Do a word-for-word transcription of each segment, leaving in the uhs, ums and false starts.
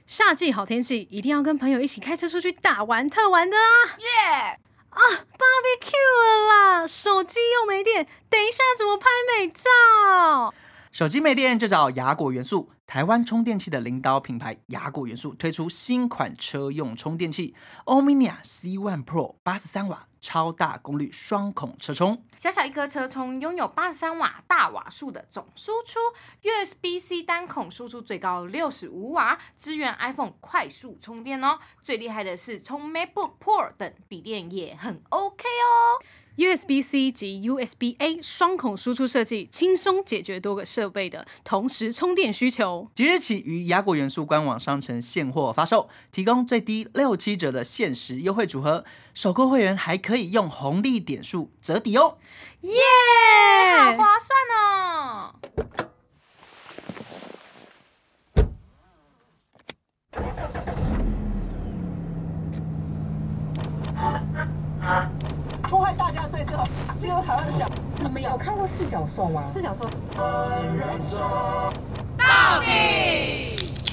夏季好天气，一定要跟朋友一起开车出去大玩特玩的啊！ 耶、 yeah! 啊 ，barbecue 了啦！手机又没电，等一下怎么拍美照？ 手机没电就找雅果元素，台湾充电器的领导品牌雅果元素推出新款车用充电器 Omnia C 一 Pro 八十三瓦，超大功率双孔车充。 小小一颗车充拥有八十三瓦大瓦数的总输出 ，U S B C 单孔输出最高六十五瓦，支援 iPhone 快速充电哦。最厉害的是，充 MacBook Pro 等笔电也很 OK 哦。 U S B C 及 U S B A 双孔输出设计，轻松解决多个设备的同时充电需求。 即日起于雅果元素官网商城现货发售，提供最低六七折的限时优惠组合，首购会员还可以用红利点数折抵哦！ 耶、yeah! 好划算哦！ 破坏大家对这个这个台湾的想，你们有看过四角兽吗？四角兽， 到底。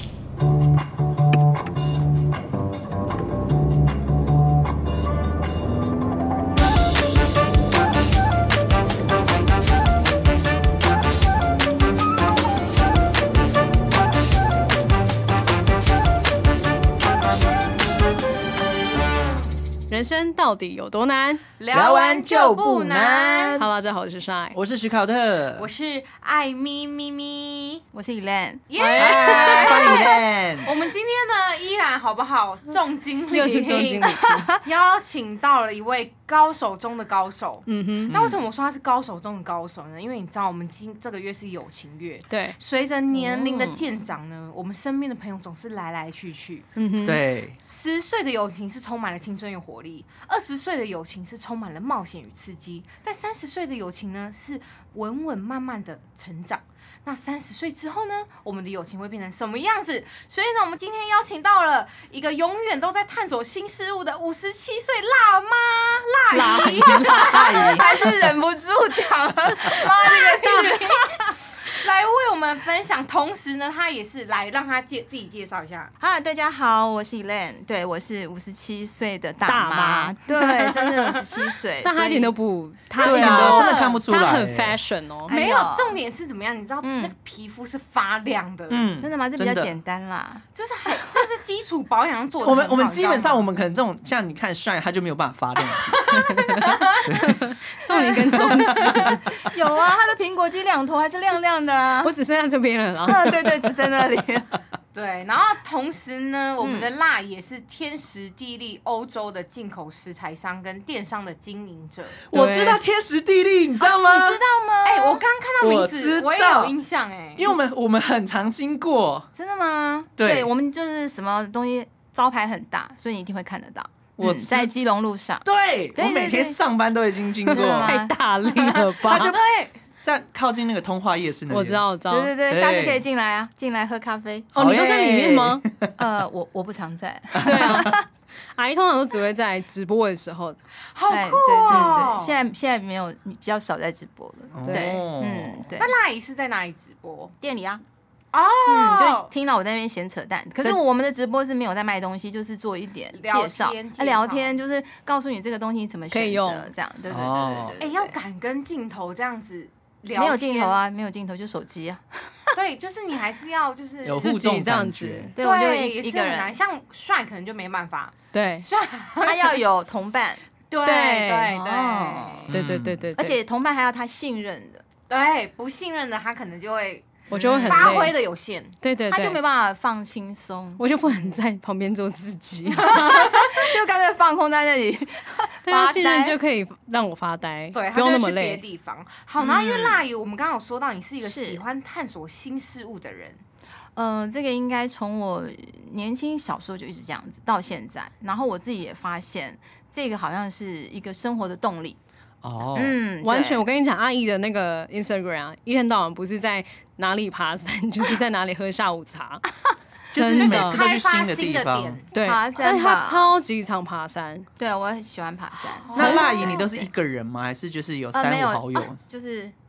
人生到底有多难？ 聊完就不难。 Hello， 大家好，我是 Shine， 我是史考特， 我是艾咪咪咪， 我是 Elaine， 耶、 yeah! 欢迎 Elaine。 我们今天呢，依然好不好？重金礼， 又是重金礼， 邀请到了一位高手中的高手。 嗯哼， 那为什么我说他是高手中的高手呢？因为你知道，我们今这个月是友情月， 对， 随着年龄的渐长呢，嗯、我们身边的朋友总是来来去去。 嗯哼， 对， 十岁的友情是充满了青春与活力，二十岁的友情是充满了冒险与刺激，但三十岁的友情呢，是稳稳慢慢的成长。那三十岁之后呢，我们的友情会变成什么样子？所以呢，我们今天邀请到了一个永远都在探索新事物的五十七岁辣妈辣姨， 辣姨还是忍不住讲了妈这个字。 来为我们分享，同时呢，他也是来让他介自己介绍一下。 嗨，大家好，我是 Elaine， 对我是五十七岁的大妈，对，真的五十七岁， 但他一点都不，他对啊，真的看不出来， 他很 fashion 哦。 没有，重点是怎么样？你知道、嗯、那个皮肤是发亮的， 嗯，真的吗？这比较简单啦， 就是很，这是基础保养做的。 我们我们基本上我们可能这种像你看帅，他就没有办法发亮。 送你一根中指， 有啊，他的苹果肌两头还是亮亮的啊。 我只剩下这边了啊，对对，只剩那里。 对，然后同时呢，我们的辣也是天时地利欧洲的进口食材商跟电商的经营者。 我知道天时地利，你知道吗？ 啊、你知道吗？ 哎、欸，我刚刚看到名字， 我, 我也有印象哎， 因为我们我们很常经过。 真的吗？ 对， 对我们就是什么东西招牌很大，所以你一定会看得到。 我、 嗯、在基隆路上， 对，对我每天上班都已经经过， 太大力了吧？ 他就对。 在靠近那个通化夜市那边， 我知道，我知道， 对对对，下次可以进来啊，进来喝咖啡。 哦，你都在里面吗？ 呃，我我不常在。 对啊，阿姨通常都只会在直播的时候。 好酷哦！ 对对对，现在现在没有，比较少在直播了。对， 哦、 嗯，对。 那辣姨是在哪里直播？ 店里啊。 哦， 嗯，就听到我在那边闲扯淡。可是我们的直播是没有在卖东西，就是做一点介绍，聊, 聊天就是告诉你这个东西怎么选择，这样，对对对对对。 哎，要敢跟镜头这样子聊， 没有镜头啊，没有镜头就手机啊。 对，就是你还是要就是有互动这样子， 对，我就一一个人。 难，像帅可能就没办法， 对， 帅他要有同伴， 对对对对对对对， 而且同伴还要他信任的， 对，不信任的他可能就会。 我就会很发挥的有限， 对对对， 他就没办法放轻松， 我就不能在旁边做自己， 就干脆放空在那里， 对啊，信任就可以让我发呆， 对， 不用那么累。 别的地方好，然后因为辣姨，我们刚刚有说到你是一个喜欢探索新事物的人， 嗯、呃，这个应该从我年轻小时候就一直这样子到现在，然后我自己也发现这个好像是一个生活的动力。 哦， 嗯， 完全，我跟你讲，阿姨的那个 Instagram 一天到晚不是在哪里爬山，就是在哪里喝下午茶， 就是每次都去新的地方， 对， 爬山， 他超级常爬山， 对我很喜欢爬山。 那辣姨你都是一个人吗？还是就是有三五好友？ 就是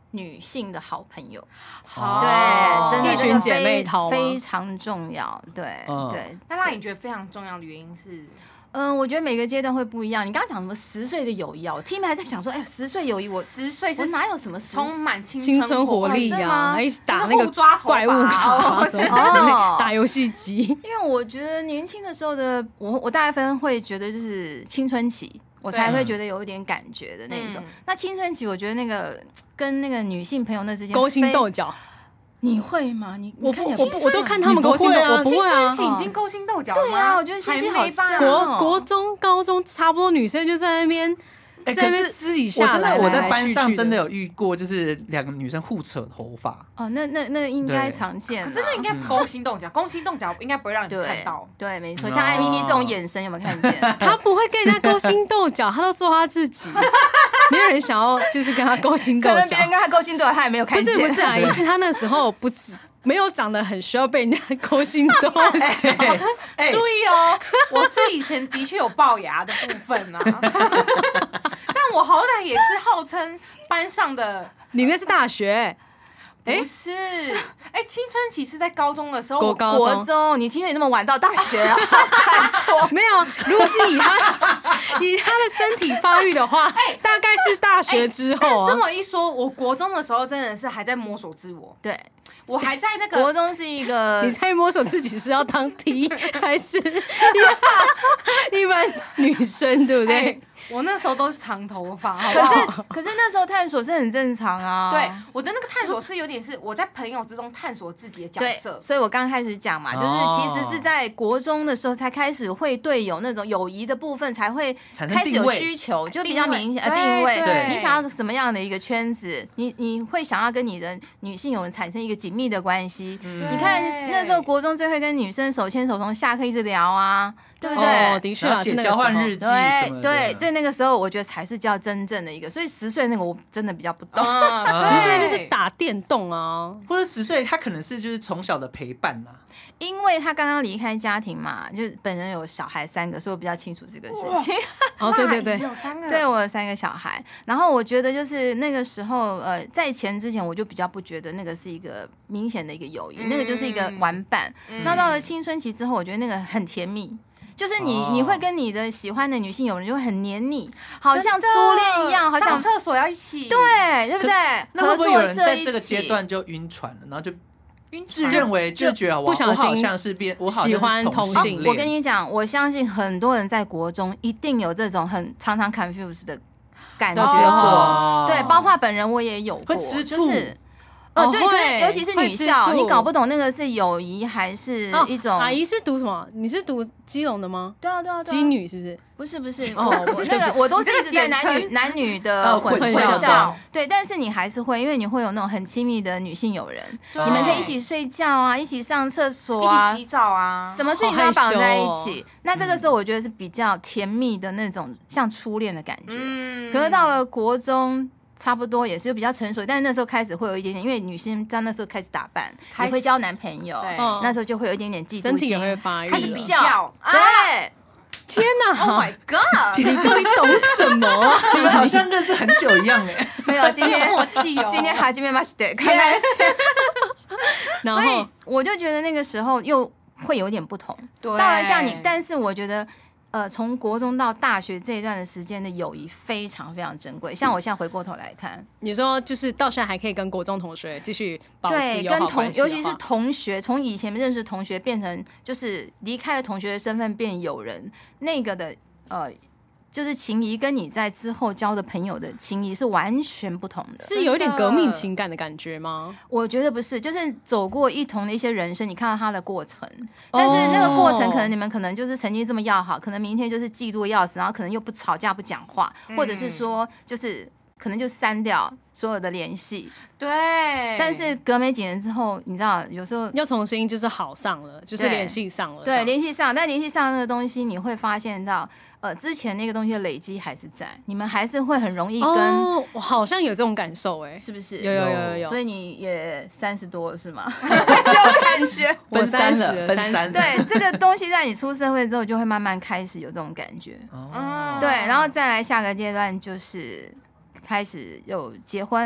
女性的好朋友。 好， 对，真的一群姐妹淘非常重要。对、嗯、对。 那让你觉得非常重要的原因是？ 嗯，我觉得每个阶段会不一样。你刚刚讲什么十岁的友谊啊？我听还在想说，哎，十岁友谊，我十岁是我哪有什么充满青青春活力呀，还打那个怪物卡什么之类，打游戏机。 因为我觉得年轻的时候的我，我大概分会觉得就是青春期，我才会觉得有一点感觉的那种。嗯、那青春期，我觉得那个跟那个女性朋友那之间勾心斗角。 你会吗？你我不我不我都看他们勾心斗角，我不会啊。 青春期已经勾心斗角了吗？ 对啊，我觉得还没吧。 国国中、高中差不多，女生就在那边。 欸、 在那边私底下来来来去去，我在班上真的有遇过，就是两个女生互扯头发。 哦，那那那应该常见， 可是那应该勾心斗角，勾心斗角应该不会让你看到。 对，对没错，像艾咪咪这种眼神有没有看见？ 他不会跟人家勾心斗角，他都做他自己，没有人想要就是跟他勾心斗角。 可能别人跟他勾心斗角，他也没有看见。 不是不是阿姨，是他那时候不止。没有长得很需要被人家勾心斗角。 欸欸、注意哦，我是以前的确有龅牙的部分啊，但我好歹也是号称班上的。 你那是大学？ 不是，哎、欸，青春期是在高中的时候， 国高中， 国中，你青春期那么晚到大学啊？ 没有，如果是以他以他的身体发育的话，哎、欸，大概是大学之后、啊欸。这么一说，我国中的时候真的是还在摸索自我。 对。 我还在那个国中是一个， 你在摸索自己是要当 T 还是一般女生，对不对？欸、 我那时候都是长头发，好不好？可是可是那时候探索是很正常啊。 对，我的那个探索是有点是我在朋友之中探索自己的角色。 所以我刚开始讲嘛，就是其实是在国中的时候才开始会对有那种友谊的部分才会开始有需求，就比较明显的定位。 对， 你想要什么样的一个圈子？你你会想要跟你的女性友人产生一个紧密的关系。嗯、你看那时候国中最会跟女生手牵手从下课一直聊啊，对不对？ 哦，的确啊， 写交换日记什么的。 对对，在那个时候我觉得才是叫真正的一个。所以十岁那个我真的比较不懂， 十岁就是打电动啊， 或者十岁他可能是就是从小的陪伴啊。 因为他刚刚离开家庭嘛，就是本人有小孩三个，所以我比较清楚这个事情。 哦，对对对， 有三个， 对我有三个小孩。然后我觉得就是那个时候，呃，在前之前我就比较不觉得那个是一个明显的一个友谊，嗯、那个就是一个玩伴。嗯、那到了青春期之后，我觉得那个很甜蜜。就是你，你会跟你的喜欢的女性友人就会很黏你，好像初恋一样，好像上厕所要一起， 对，对不对？ 那会不会有人在这个阶段就晕船了，然后就自认为就觉得我好像是变，我好像喜欢同性恋。 我跟你讲，我相信很多人在国中一定有这种很常常 confuse 的感觉过，对，包括本人我也有过， 会吃醋。 就是哦，对，可是尤其是女校，你搞不懂那个是友谊还是一种。 阿姨是读什么？你是读基隆的吗？ 对啊，对啊， 基女是不是？ 不是不是，哦，那个我都是一直在男女男女的混校， 对，但是你还是会，因为你会有那种很亲密的女性友人，你们可以一起睡觉啊，一起上厕所啊， 一起洗澡啊， 什么事情都要绑在一起。那这个时候我觉得是比较甜蜜的那种，像初恋的感觉。可是到了国中。差不多也是比较成熟，但是那时候开始会有一点点，因为女生在那时候开始打扮，也会交男朋友，那时候就会有一点点嫉妒心， 身体也会发育， 开始比较，对。 天哪 ！Oh my god！ 你到底懂什么啊？ 你们好像认识很久一样哎。 没有，今天默契哦， 今天还今天马西德看在一起。所以我就觉得那个时候又会有点不同。 对， 当然像你，但是我觉得。呃，从国中到大学这一段的时间的友谊非常非常珍贵。像我现在回过头来看， 你说就是到现在还可以跟国中同学继续保持友好关系， 尤其是同学，从以前认识同学变成就是离开了同学的身份变友人，那个的呃。就是情谊跟你在之后交的朋友的情谊是完全不同的， 是有一点革命情感的感觉吗？ 我觉得不是，就是走过一同的一些人生，你看到他的过程，但是那个过程可能你们可能就是曾经这么要好，可能明天就是嫉妒要死，然后可能又不吵架不讲话，或者是说就是可能就删掉所有的联系。 对， 但是隔没几年之后，你知道有时候又重新就是好上了，就是联系上了， 对，联系上，但联系上那个东西，你会发现到。呃，之前那个东西的累积还是在，你们还是会很容易跟。 哦，我好像有这种感受哎， 是不是？ 有有有有有。 所以你也三十多了是吗？还是有感觉？ 我三十了， 三十。 对，这个东西在你出社会之后，就会慢慢开始有这种感觉。哦。对，然后再来下个阶段就是开始有结婚。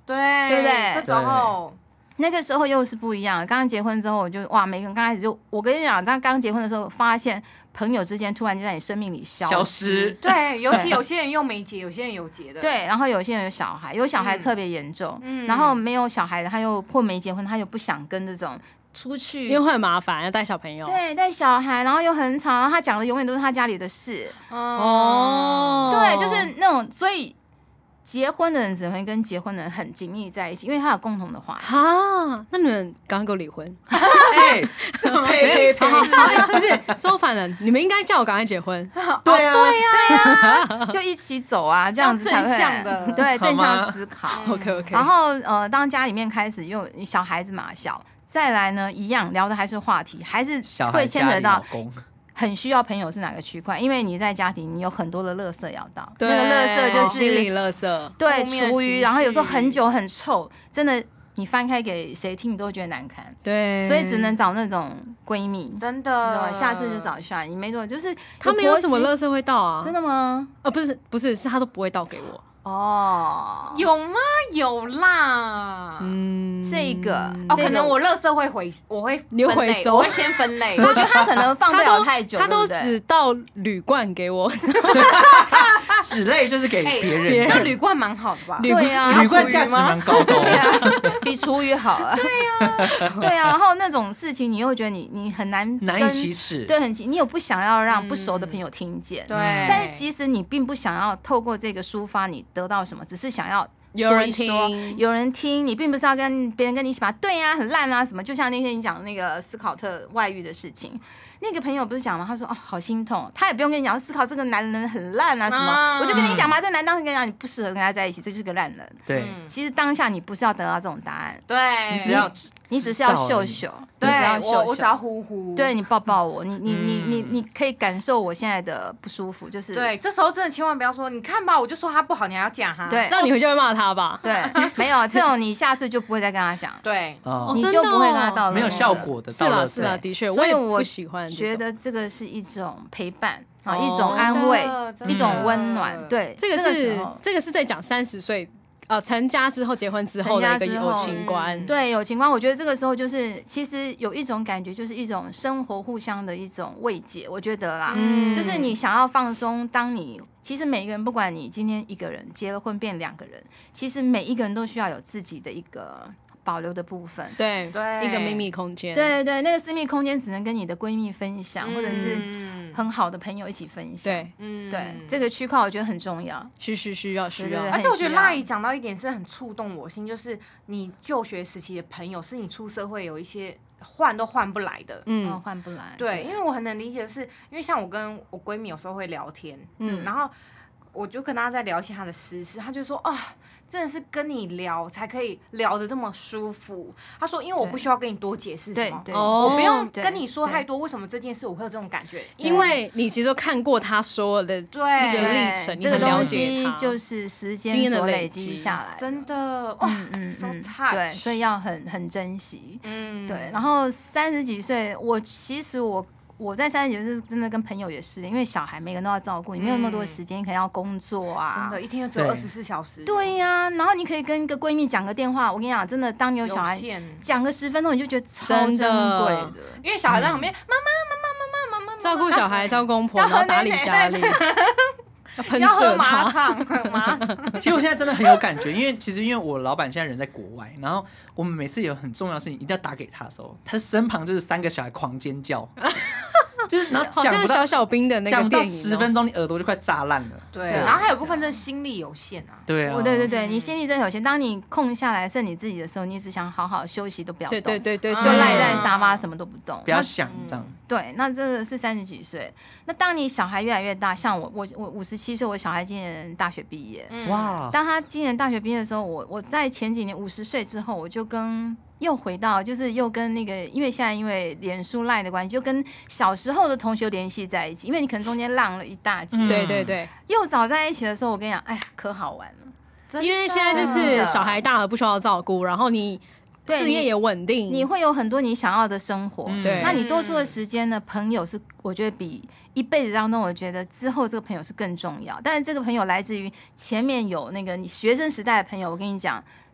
对对不对这时候那个时候又是不一样的。刚刚结婚之后，我就哇，每个人刚开始就，我跟你讲，在刚结婚的时候，发现朋友之间突然就在你生命里消失。 消失对，尤其有些人又没结，有些人有结的。 对，然后有些人有小孩，有小孩特别严重， 嗯然后没有小孩的他又或没结婚，他又不想跟这种出去， 因为会很麻烦，要带小朋友。 对，带小孩，然后又很吵，然后他讲的永远都是他家里的事。 哦， 对，就是那种，所以结婚的人只会跟结婚的人很紧密在一起，因为他有共同的话题。 哈，那你们赶快给我离婚！ 哎，呸呸呸！ 不是说反了，你们应该叫我赶快结婚。 对啊，对呀， 就一起走啊，这样子才会正向的对正好吗向思考。 OK OK， 然后呃，当家里面开始又小孩子嘛小，再来呢一样聊的还是话题，还是小会孩家里老牵扯到公， 很需要朋友是哪个区块，因为你在家庭你有很多的垃圾要倒， 对， 那个垃圾就心理是垃圾。 对负面厨余， 情然后有时候绪很久很臭，真的你翻开给谁听你都会觉得难看， 对， 所以只能找那种闺蜜。 真的， 对，下次就找下你没多就是他们有什么婆垃圾会倒啊？ 媳真的吗？ 呃，不是不是，是他都不会倒给我。 哦， 有吗？有啦。 嗯， 这个哦， 这个可能我垃圾会回，我会你会分类回收我会先分类。 我觉得他可能放不他都了太久， 他都对不对只倒铝罐给我。 纸类就是给哎别人别人这样， 那铝罐蛮好的吧？ 对啊， 铝罐价值蛮高的对哦， 啊，比厨余好啊。对呀，对啊。然后那种事情，你又觉得你你很难难以跟启齿。 对，很你有不想要让不熟的朋友听见， 对， 但是其实你并不想要透过这个抒发你得到什么，只是想要有人说一说听有人听，你并不是要跟别人跟你一起把对啊很烂啊什么，就像那天你讲的那个斯考特外遇的事情。那个朋友不是讲吗？他说：“哦，好心痛。”他也不用跟你讲，思考这个男人很烂啊什么。 啊我就跟你讲嘛，这个男当时跟你讲，你不适合跟他在一起，这就是个烂人。 对， 嗯其实当下你不是要得到这种答案， 对， 你只要你只是要秀知道而已秀， 对你只要秀秀我我只要呼呼， 对你抱抱我，你你你你嗯你可以感受我现在的不舒服，就是对，这时候真的千万不要说，你看吧，我就说他不好，你还要讲哈。 对这样你回去会骂他吧？ 对，没有这种，你下次就不会再跟他讲， 对， 哦你真的就不会跟他哦道没有效果的是啦到了是啦，的确， 所以我也不喜欢这种。 觉得这个是一种陪伴啊， 哦一种安慰真的，真的一种温暖。对， 这个时是候这个是在讲三十岁呃成家之后结婚之后的一个成家之后友情观。 嗯对有情况，我觉得这个时候就是其实有一种感觉，就是一种生活互相的一种慰藉，我觉得啦。 嗯就是你想要放松，当你其实每一个人，不管你今天一个人结了婚变两个人，其实每一个人都需要有自己的一个保留的部分。 对对一个秘密空间。 对对对，那个私密空间只能跟你的闺蜜分享，或者是嗯很好的朋友一起分享。 对， 嗯对，这个区块我觉得很重要。 需需需要需要对对。 而且我觉得很需要那里讲到一点是很触动我心，就是你就学时期的朋友，是你出社会有一些换都换不来的。 哦， 嗯， 换不来。 对，因为我很能理解的是，因为像我跟我闺蜜有时候会聊天，嗯，然后我就跟她在聊一些她的私事，她就说啊。真的是跟你聊才可以聊得这么舒服。她说，因为我不需要跟你多解释什么， 对对， 哦我不用对跟你说对太多，为什么这件事我会有这种感觉？ 因为你其实都看过他说的对那个对历程，你这个很了东解他。 西就是时经验的累间所累积积下来的， 真的哇嗯嗯 ，so 嗯 touch， 对，所以要很很珍惜。 嗯对，然后三十几岁，我其实我我在三十几岁是真的跟朋友也是，因为小孩每个人都要照顾，你没有那么多时间，你可能要工作啊， 真的，一天就只有对二十四小时， 对呀、然后你可以跟一个闺蜜讲个电话，我跟你讲，真的，当你有小孩， 有限， 讲个十分钟，你就觉得超珍真的贵的。 因为小孩在旁边，妈妈妈妈妈妈妈妈妈， 照顾小孩、照顾公婆， 要喝然后打理奶家里，要喷要喝射麻他。 场，麻场， 其实我现在真的很有感觉，因为其实因为我老板现在人在国外，然后我们每次有很重要的事情一定要打给他的时候，他身旁就是三个小孩狂尖叫，就是然后好像讲不到小小兵的那讲不到个电影哦， 十分钟，你耳朵就快炸烂了。 对， 对然后还有部分真的心力有限啊， 对啊， 我对对对， 嗯你心里真的有限。当你空下来剩你自己的时候，你只想好好休息，都不要动， 对对对对， 嗯就赖在嗯沙发什么都不动， 不要想这样。 对，那这个是三十几岁。那当你小孩越来越大，像我，我我五十七岁，我小孩今年大学毕业。 嗯， 哇， 当他今年大学毕业的时候，我我在前几年五十岁之后，我就跟又回到，就是又跟那个，因为现在因为脸书赖的关系，就跟小时候的同学联系在一起。因为你可能中间浪了一大截， 嗯对对对， 又早在一起的时候，我跟你讲，哎呀，可好玩了。 真的因为现在就是小孩大了不需要照顾，然后你对事业也稳定， 你会有很多你想要的生活， 嗯对那你多出的时间呢？朋友是我觉得比一辈子当中，我觉得之后这个朋友是更重要。但是这个朋友来自于前面有那个你学生时代的朋友，我跟你讲，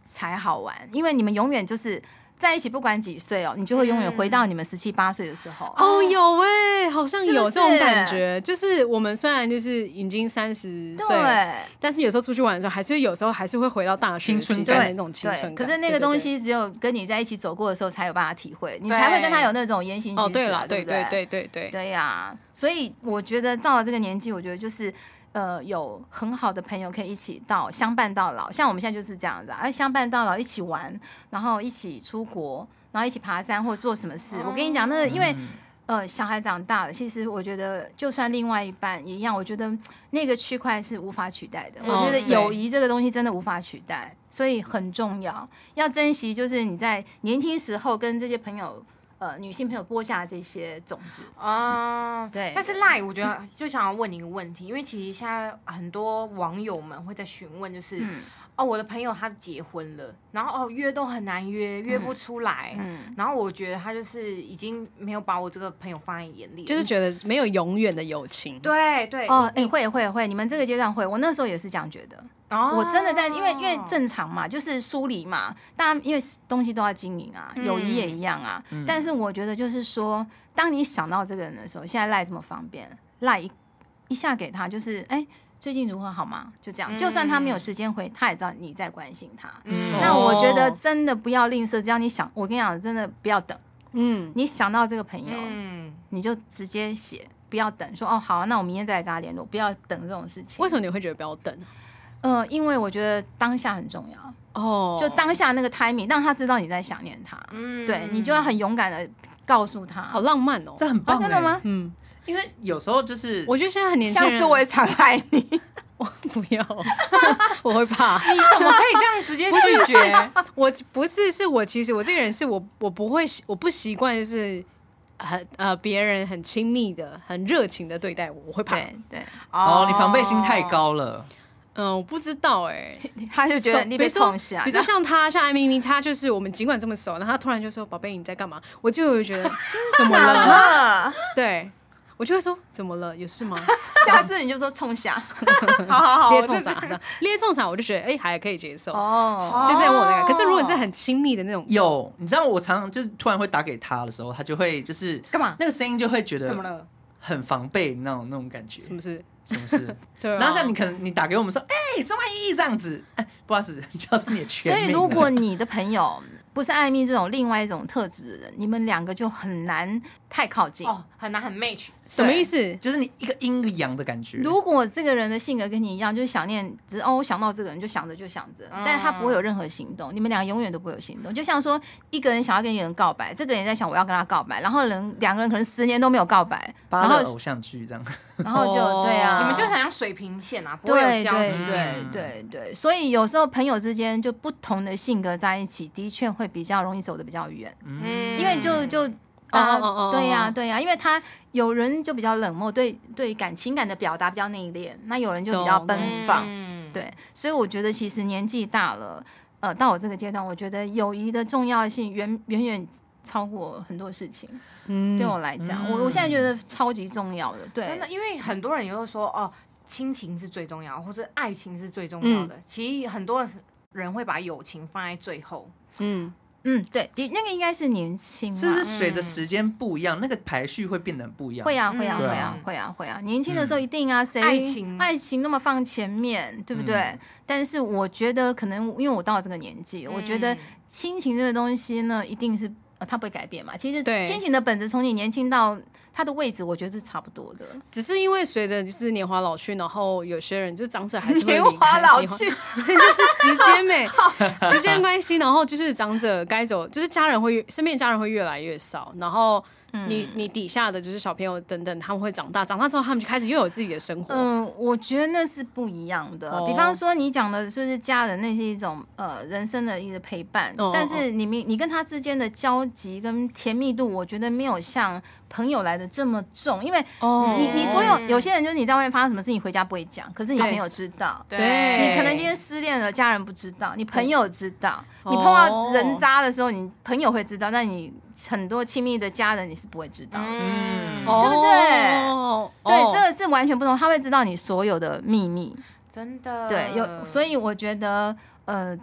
才好玩，因为你们永远就是在一起，不管几岁哦，你就会永远回到你们十七八岁的时候。 哦，有哎、欸，好像有是是这种感觉，就是我们虽然就是已经三十岁，但是有时候出去玩的时候，还是有时候还是会回到大学青春感那种青春感。 可是那个东西只有跟你在一起走过的时候才有办法体会，你才会跟他有那种言行举止、啊。 哦，对了， 对对对对对对对呀、啊，所以我觉得到了这个年纪，我觉得就是。呃，有很好的朋友可以一起到相伴到老，像我们现在就是这样子啊，相伴到老，一起玩，然后一起出国，然后一起爬山或做什么事。哦、我跟你讲，那个因为、嗯、呃小孩长大了，其实我觉得就算另外一半也一样，我觉得那个区块是无法取代的。嗯、我觉得友谊这个东西真的无法取代，所以很重要，要珍惜。就是你在年轻时候跟这些朋友。呃，女性朋友播下这些种子啊， 对。 但是赖，我觉得就想要问你一个问题，因为其实现在很多网友们会在询问，就是、嗯、哦，我的朋友他结婚了，然后哦约都很难约，约不出来，嗯，然后我觉得他就是已经没有把我这个朋友放在眼里， 就是觉得没有永远的友情。 对对， 哦，哎、欸，会会会，你们这个阶段会，我那时候也是这样觉得。Oh. 我真的在，因为因为正常嘛，就是疏离嘛，大家因为东西都要经营啊，友谊也一样啊。嗯、但是我觉得就是说，当你想到这个人的时候，现在赖这么方便，赖 一, 一下给他，就是哎、欸，最近如何好吗？就这样，嗯、就算他没有时间回，他也知道你在关心他。嗯、那我觉得真的不要吝啬，只要你想，我跟你讲，真的不要等。嗯，你想到这个朋友，嗯，你就直接写，不要等。说哦，好、啊，那我明天再来跟他联络，不要等这种事情。 为什么你会觉得不要等？ 呃，因为我觉得当下很重要哦，就当下那个 timing， 让他知道你在想念他，嗯，对你就要很勇敢的告诉他， 好浪漫哦， 这很棒、欸啊，真的吗？ 嗯，因为有时候就是我觉得现在很年轻人， 下次我也常爱你， 我不要，我会怕， 你怎么可以这样直接拒绝？ 我不是，是我其实我这个人是我我不会，我不习惯就是。很呃，别人很亲密的、很热情的对待我，我会怕。 对对， 哦，你防备心太高了。 嗯，我不知道哎、欸， 他就觉得你被冲下。 比如说像他，像艾咪咪，他就是我们尽管这么熟，然后他突然就说：“宝贝，你在干嘛？”我就会觉得怎么了？对。我就会说怎么了？有事吗？ 下次你就说冲下， 好好好， 列冲啥？列冲啥？我就觉得哎、欸、还可以接受哦，就这样问我那个。可是如果是很亲密的那种， 有你知道我常常就是突然会打给他的时候，他就会就是干嘛？ 那个声音就会觉得怎么了？ 很防备那种那种感觉。 什么事？ 什么事？ 对、啊。 然后像你可能你打给我们说，哎、欸，张万一这样子，哎、欸，不好意思，叫出你的全名。 所以如果你的朋友不是艾蜜这种另外一种特质的人，你们两个就很难太靠近哦，很难很 match。 什么意思？ 就是你一个阴一个阳的感觉。 如果这个人的性格跟你一样，就是想念，只是哦，我想到这个人就想着就想着，嗯、但是他不会有任何行动，你们俩永远都不会有行动。就像说，一个人想要跟一个人告白，这个人在想我要跟他告白，然后人两个人可能十年都没有告白， 芭乐偶像剧这样， 然后就、哦、对啊， 你们就很像水平线啊，不会有交集。 对对对对，所以有时候朋友之间就不同的性格在一起，的确会比较容易走得比较远，嗯，因为就就。啊，对呀、啊，对呀、啊，因为他有人就比较冷漠，对对感情感的表达比较内敛，那有人就比较奔放，嗯、对，所以我觉得其实年纪大了，呃，到我这个阶段，我觉得友谊的重要性远远远超过很多事情。嗯，对我来讲，嗯、我我现在觉得超级重要的，对， 真的，因为很多人也会说哦，亲情是最重要，或者爱情是最重要的，嗯、其实很多人会把友情放在最后， 嗯。嗯，对，那个应该是年轻， 是不是随着时间不一样，嗯、那个排序会变得不一样？ 会啊，会啊，会啊，会啊，会啊！年轻的时候一定啊，谁、嗯、爱情爱情那么放前面，对不对？嗯、但是我觉得可能因为我到了这个年纪，嗯、我觉得亲情这个东西呢，一定是呃，它不会改变嘛。其实亲情的本质从你年轻到它的位置，我觉得是差不多的。 只是因为随着就是年华老去，然后有些人就长者还是会年华老去， 不是就是时间没时间关系，然后就是长者该走，就是家人会越身边的家人会越来越少，然后。你你底下的就是小朋友等等，他们会长大，长大之后他们就开始又有自己的生活。 嗯，我觉得那是不一样的。哦、比方说你讲的就是家人，那是一种呃人生的一个陪伴，哦、但是你你跟他之间的交集跟甜蜜度，我觉得没有像朋友来的这么重，因为你你所有有些人就是你在外面发生什么事情回家不会讲，可是你朋友知道， 对， 你可能今天失恋了，家人不知道，你朋友知道，你碰到人渣的时候，你朋友会知道，但你很多亲密的家人你是不会知道的，嗯，对不对？哦、对，这个是完全不同，他会知道你所有的秘密， 真的， 对，有，所以我觉得，呃。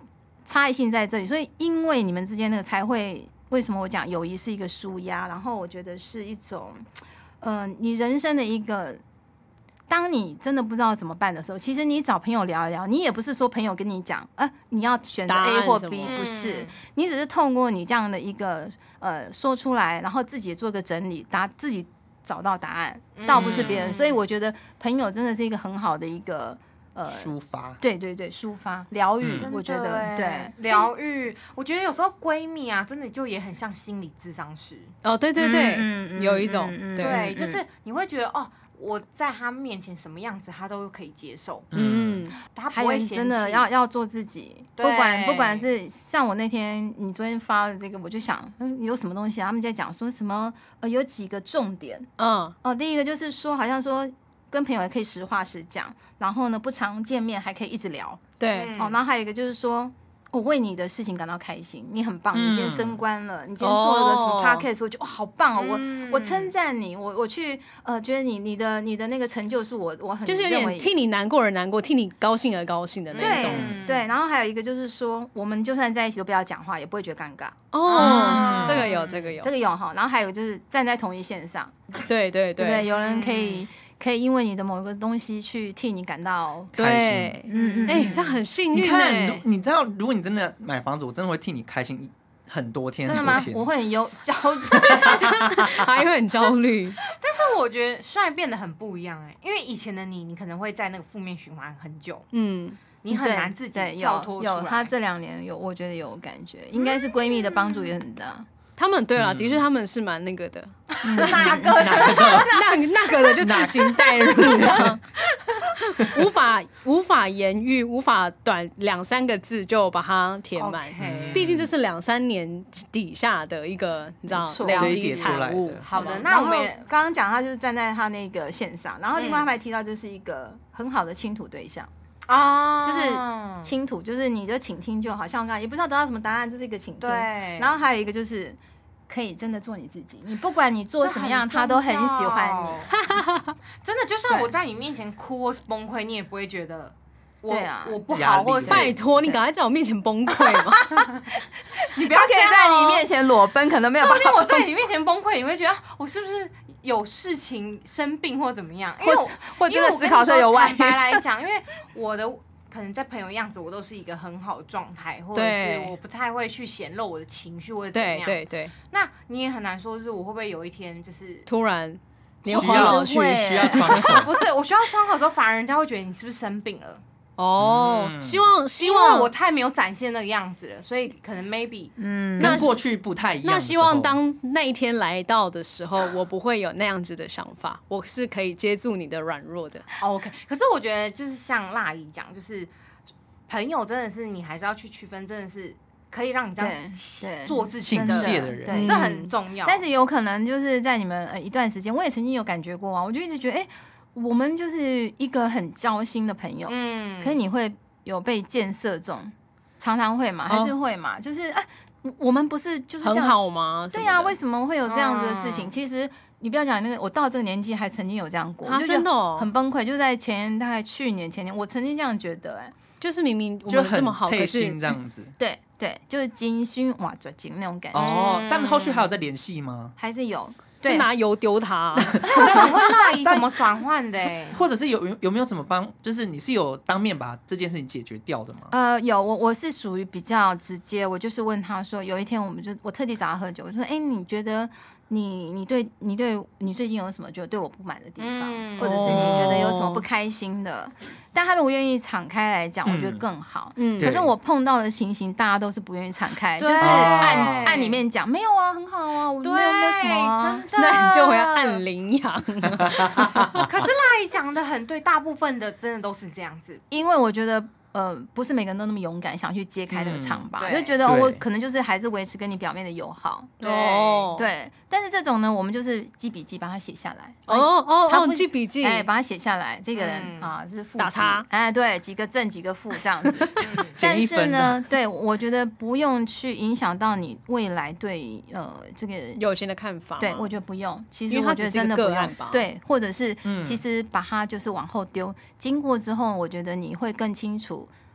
差异性在这里，所以因为你们之间那个才会，为什么我讲友谊是一个抒压，然后我觉得是一种，呃，你人生的一个。当你真的不知道怎么办的时候，其实你找朋友聊一聊，你也不是说朋友跟你讲，呃，你要选择 A 或 B， 不是， 嗯、 你只是透过你这样的一个呃说出来，然后自己做个整理，答自己找到答案，倒不是别人。嗯、所以我觉得朋友真的是一个很好的一个呃抒发， 对对对，抒发疗愈， 嗯、 我觉得对疗愈。我觉得有时候闺蜜啊，真的就也很像心理咨商师。 哦，对对对， 嗯、 有一种、 嗯、 对， 对，就是你会觉得哦。我在他面前什么样子，他都可以接受。 嗯， 他不会嫌弃。 真的要要做自己，不管不管是像我那天你昨天发的这个，我就想，嗯，有什么东西啊？他们在讲说什么？呃，有几个重点。嗯，哦，第一个就是说，好像说跟朋友也可以实话实讲，然后呢，不常见面还可以一直聊。 对， 哦，然后还有一个就是说。我为你的事情感到开心，你很棒，你今天升官了，你今天做了个什么 podcast，、哦、我觉得哇、哦、好棒哦，嗯、我我称赞你，我我去呃觉得你你的你的那个成就是我我很就是有点替你难过而难过，替你高兴而高兴的那种。 对对，然后还有一个就是说，我们就算在一起都不要讲话，也不会觉得尴尬。 哦，嗯、这个有这个有这个有哈，然后还有就是站在同一线上， 对对对， 对不对？有人可以。嗯可以因为你的某一个东西去替你感到开心， 嗯嗯，哎、欸，这样很幸运、欸。 你看，你知道，如果你真的买房子，我真的会替你开心很多天。 真的吗？我会很忧焦虑， 还会很焦虑。 但是我觉得现在变得很不一样哎、欸，因为以前的你，你可能会在那个负面循环很久，嗯，你很难自己跳脱出来。 有有，他这两年有，我觉得有感觉，应该是闺蜜的帮助也很大。 他们对啦，的确他们是蛮那个的， 哪个的？ 那那个的就自行带入，无法无法言喻，无法短两三个字就把它填满。毕竟这是两三年底下的一个，你知道累积产物。 好的，那我们刚刚讲他就是站在他那个线上，然后另外他们还提到这是一个很好的倾吐对象。啊，就是倾吐，就是你就倾听就好，像我刚刚也不知道得到什么答案，就是一个倾听。对，然后还有一个就是可以真的做你自己，你不管你做什么样，他都很喜欢你。 真的，就算我在你面前哭或是崩溃，你也不会觉得我对啊我不好，或者拜托你赶快在我面前崩溃嘛！ 你不要可以在你面前裸奔，可能没有办法。 说不定我在你面前崩溃，你会觉得我是不是有事情生病或怎么样？因为我或者思考车有外遇。坦白来讲，因为我的可能在朋友样子，我都是一个很好的状态，或者是我不太会去显露我的情绪或者怎么样。 对对对。 那你也很难说，是我会不会有一天就是突然年华老去，需要窗口？ 不是，我需要窗口的时候，反而人家会觉得你是不是生病了？ 哦，嗯、希望希望我太没有展现那个样子了，所以可能 maybe 嗯，跟过去不太一样。 那希望当那一天来到的时候，我不会有那样子的想法，我是可以接住你的软弱的。 OK， 可是我觉得就是像辣姨讲，就是朋友真的是你还是要去区分，真的是可以让你这样做自己的人， 这很重要。 但是有可能就是在你们呃一段时间，我也曾经有感觉过啊，我就一直觉得哎。欸我们就是一个很交心的朋友，嗯，可是你会有被箭射中，常常会嘛，还是会嘛？哦、就是哎、啊，我们不是就是这样很好吗？ 对呀、啊，为什么会有这样子的事情？嗯、其实你不要讲那个，我到这个年纪还曾经有这样过， 啊、 就真的、哦、 很崩溃。就在前大概去年前年，我曾经这样觉得、欸，哎， 就是明明我们这么好，可是这样子， 对对，就是金勋哇抓金那种感觉。 哦，这样后续还有在联系吗？ 还是有。 就拿油丢他， 怎么会辣姨怎么转换的、欸？ 或者是有有没有什么帮？就是你是有当面把这件事情解决掉的吗？ 呃，有，我我是属于比较直接，我就是问他说，有一天我们就我特地找他喝酒，我说，哎、欸，你觉得你你对你对你最近有什么就对我不满的地方，嗯、或者是你觉得有什么不开心的？但他如果愿意敞开来讲，我觉得更好。嗯，可是我碰到的情形，大家都是不愿意敞开，就是按按里面讲，没有啊，很好啊，我没有没有什么、啊， 真的， 那你就回来按羚羊。 可是辣姨讲的很对，大部分的真的都是这样子， 因为我觉得。呃，不是每个人都那么勇敢，想去揭开那个疮疤， 嗯、 就觉得、哦、我可能就是还是维持跟你表面的友好。 对对，但是这种呢，我们就是记笔记，把它写下来。 哦哦哦，记笔记， 哎，把它写下来。这个人、嗯、啊是负打叉， 哎，对，几个正几个负这样子。嗯、但是呢，对我觉得不用去影响到你未来对呃这个友情的看法。 对，我觉得不用。其实我觉得真的不用。对，或者是、嗯、其实把它就是往后丢，经过之后，我觉得你会更清楚。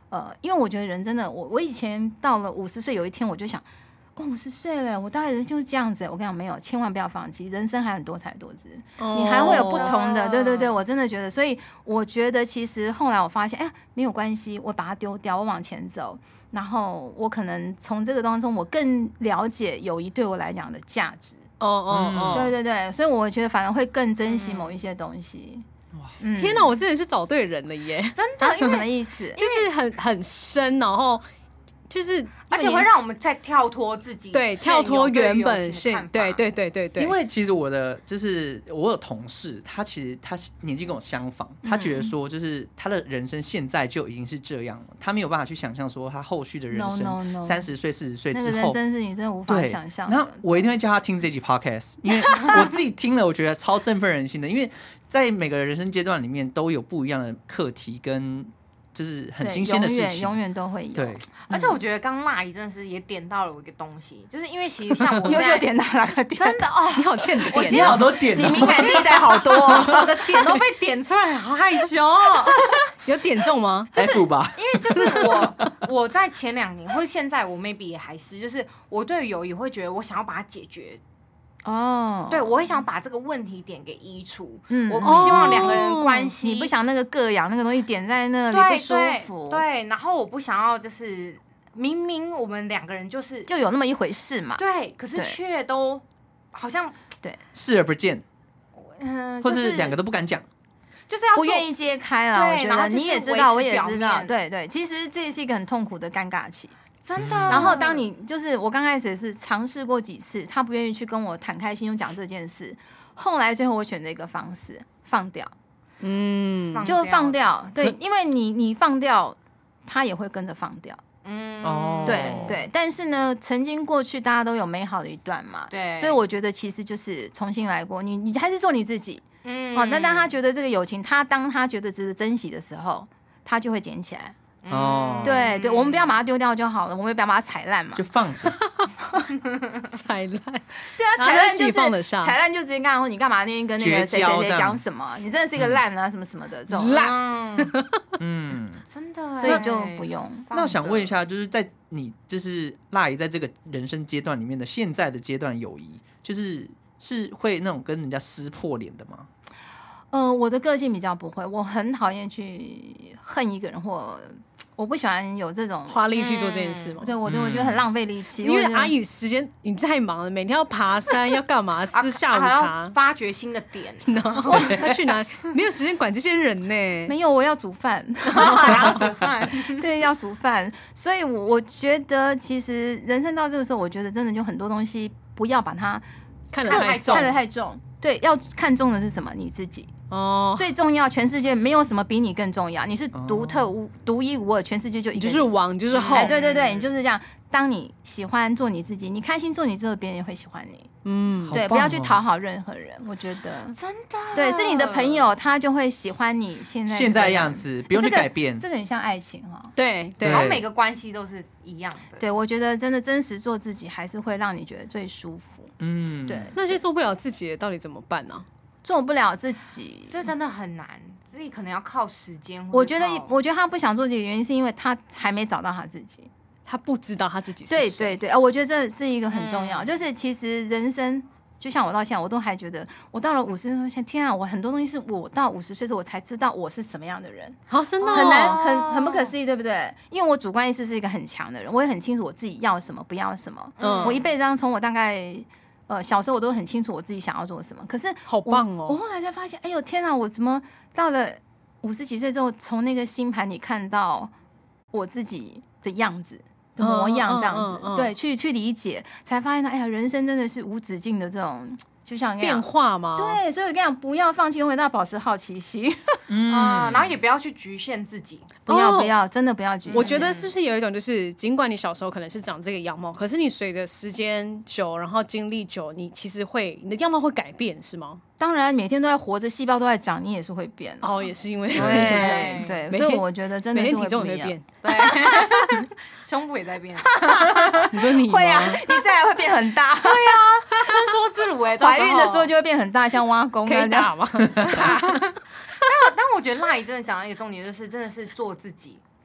呃，因为我觉得人真的，我我以前到了五十岁，有一天我就想。哦，五十岁了，我大概人就是这样子。我跟你讲，没有，千万不要放弃，人生还很多彩多姿，哦、你还会有不同的。对对对，我真的觉得，所以我觉得其实后来我发现，哎，没有关系，我把它丢掉，我往前走，然后我可能从这个当中，我更了解友谊对我来讲的价值。 哦哦哦， 对对对，所以我觉得反而会更珍惜某一些东西。 嗯、天哪，我真的是找对人了耶！ 真的， 啊、什么意思？ 就是很很深，然后。就是， 而且会让我们再跳脱自己， 对，跳脱原本性，对对对对对。 因为其实我的就是我有同事，他其实他年纪跟我相仿，他觉得说就是他的人生现在就已经是这样了，他没有办法去想象说他后续的人生三十岁、四十岁之后，那个人生是你真的无法想象的。 然后我一定会叫他听这集 podcast， 因为我自己听了，我觉得超振奋人心的，因为在每个人生阶段里面都有不一样的课题跟。就是很新鲜的事情， 永远永远都会有。 对， 而且我觉得刚辣姨真的是也点到了我一个东西，就是因为其实像我现在有点到哪个点？ 真的哦， 你好欠点， 我你好多点， 你敏感地带好多， 我的点都被点出来，好害羞哦。 有点中吗？ 就是吧， 因为就是我我在前两年或者现在我 maybe 也还是，就是我对友谊会觉得我想要把它解决。哦，对，我会想把这个问题点给移除，嗯，我不希望两个人关系， 你不想那个膈应那个东西点在那里不舒服， 对，然后我不想要就是明明我们两个人就是就有那么一回事嘛， 对，可是却都好像对视而不见，嗯，或是两个都不敢讲， 就是要不愿意揭开了，我觉得你也知道，我也知道，对对，其实这也是一个很痛苦的尴尬期。 真的， 然后当你就是我刚开始也是尝试过几次，他不愿意去跟我坦开心胸讲这件事，后来最后我选择一个方式放掉，嗯，就放掉，对，因为你你放掉，他也会跟着放掉，嗯，哦，对对，但是呢，曾经过去大家都有美好的一段嘛， 对， 所以我觉得其实就是重新来过，你你还是做你自己，嗯，哦，但当他觉得这个友情，他当他觉得值得珍惜的时候，他就会捡起来。哦，对对，我们不要把它丢掉就好了，我们也不要把它踩烂嘛， 就放着。 踩烂， 对啊，踩烂就是放得下，踩烂就直接干，你干嘛那天跟那个谁谁谁讲什么？你真的是一个烂啊，什么什么的这种烂， 嗯，真的， 所以就不用。 那我想问一下，就是在你就是辣姨在这个人生阶段里面的现在的阶段友谊，就是是会那种跟人家撕破脸的吗？ 呃，我的个性比较不会，我很讨厌去恨一个人，或我不喜欢有这种花力去做这件事嘛。 对，我我觉得很浪费力气， 因为阿姨时间你太忙了，每天要爬山，要干嘛？吃下午茶， 发掘新的点， 然后他去哪？没有时间管这些人呢。 没有，我要煮饭， 要煮饭， 对，要煮饭。所以，我我觉得其实人生到这个时候，我觉得真的就很多东西不要把它看得太重， 看得太重。对，要看重的是什么？你自己。哦，最重要，全世界没有什么比你更重要，你是独特无、哦、独一无二，全世界就一个， 你就是王，就是后、 哎，对对对，你就是这样。当你喜欢做你自己，你开心做你之后，别人也会喜欢你。嗯，对， 哦、 不要去讨好任何人，我觉得真的， 对，是你的朋友，他就会喜欢你现在现在的样子，不用去改变。 这个、这个很像爱情哈、哦， 对对， 然后每个关系都是一样的。 对，我觉得真的真实做自己，还是会让你觉得最舒服。嗯，对， 那些做不了自己的到底怎么办呢、啊？ 做不了自己， 这真的很难，自己可能要靠时间。 我觉得，我觉得他不想做自己的原因，是因为他还没找到他自己， 他不知道他自己是谁。 对对对，我觉得这是一个很重要，嗯、就是其实人生，就像我到现在，我都还觉得，我到了五十岁，天啊，我很多东西是我到五十岁时候我才知道我是什么样的人， 好深奥， 很难，很很不可思议，对不对？因为我主观意识是一个很强的人，我也很清楚我自己要什么，不要什么。嗯，我一辈子当中，从我大概。呃，小时候我都很清楚我自己想要做什么，可是好棒哦！ 我后来才发现，哎呦天啊，我怎么到了五十几岁之后，从那个星盘里看到我自己的样子的模样，这样子，嗯嗯嗯嗯、对，去去理解，才发现，哎呀，人生真的是无止境的这种。就像变化吗？ 对，所以我跟你讲，不要放弃，回到保持好奇心， 嗯，啊，然后也不要去局限自己， 不要不要，真的不要局限。 我觉得是不是有一种，就是尽管你小时候可能是长这个样貌，可是你随着时间久，然后经历久，你其实会你的样貌会改变，是吗？ 当然，每天都在活着，细胞都在长，你也是会变。 哦，也是因为对对，所以我觉得真的每天体重也会变， 对，胸部也在变。 你说你会啊？你再来会变很大。 对啊，伸缩自如哎， 怀孕的时候就会变很大，像挖工可以打吗？ 但但我觉得辣姨真的讲到一个重点，就是真的是做自己。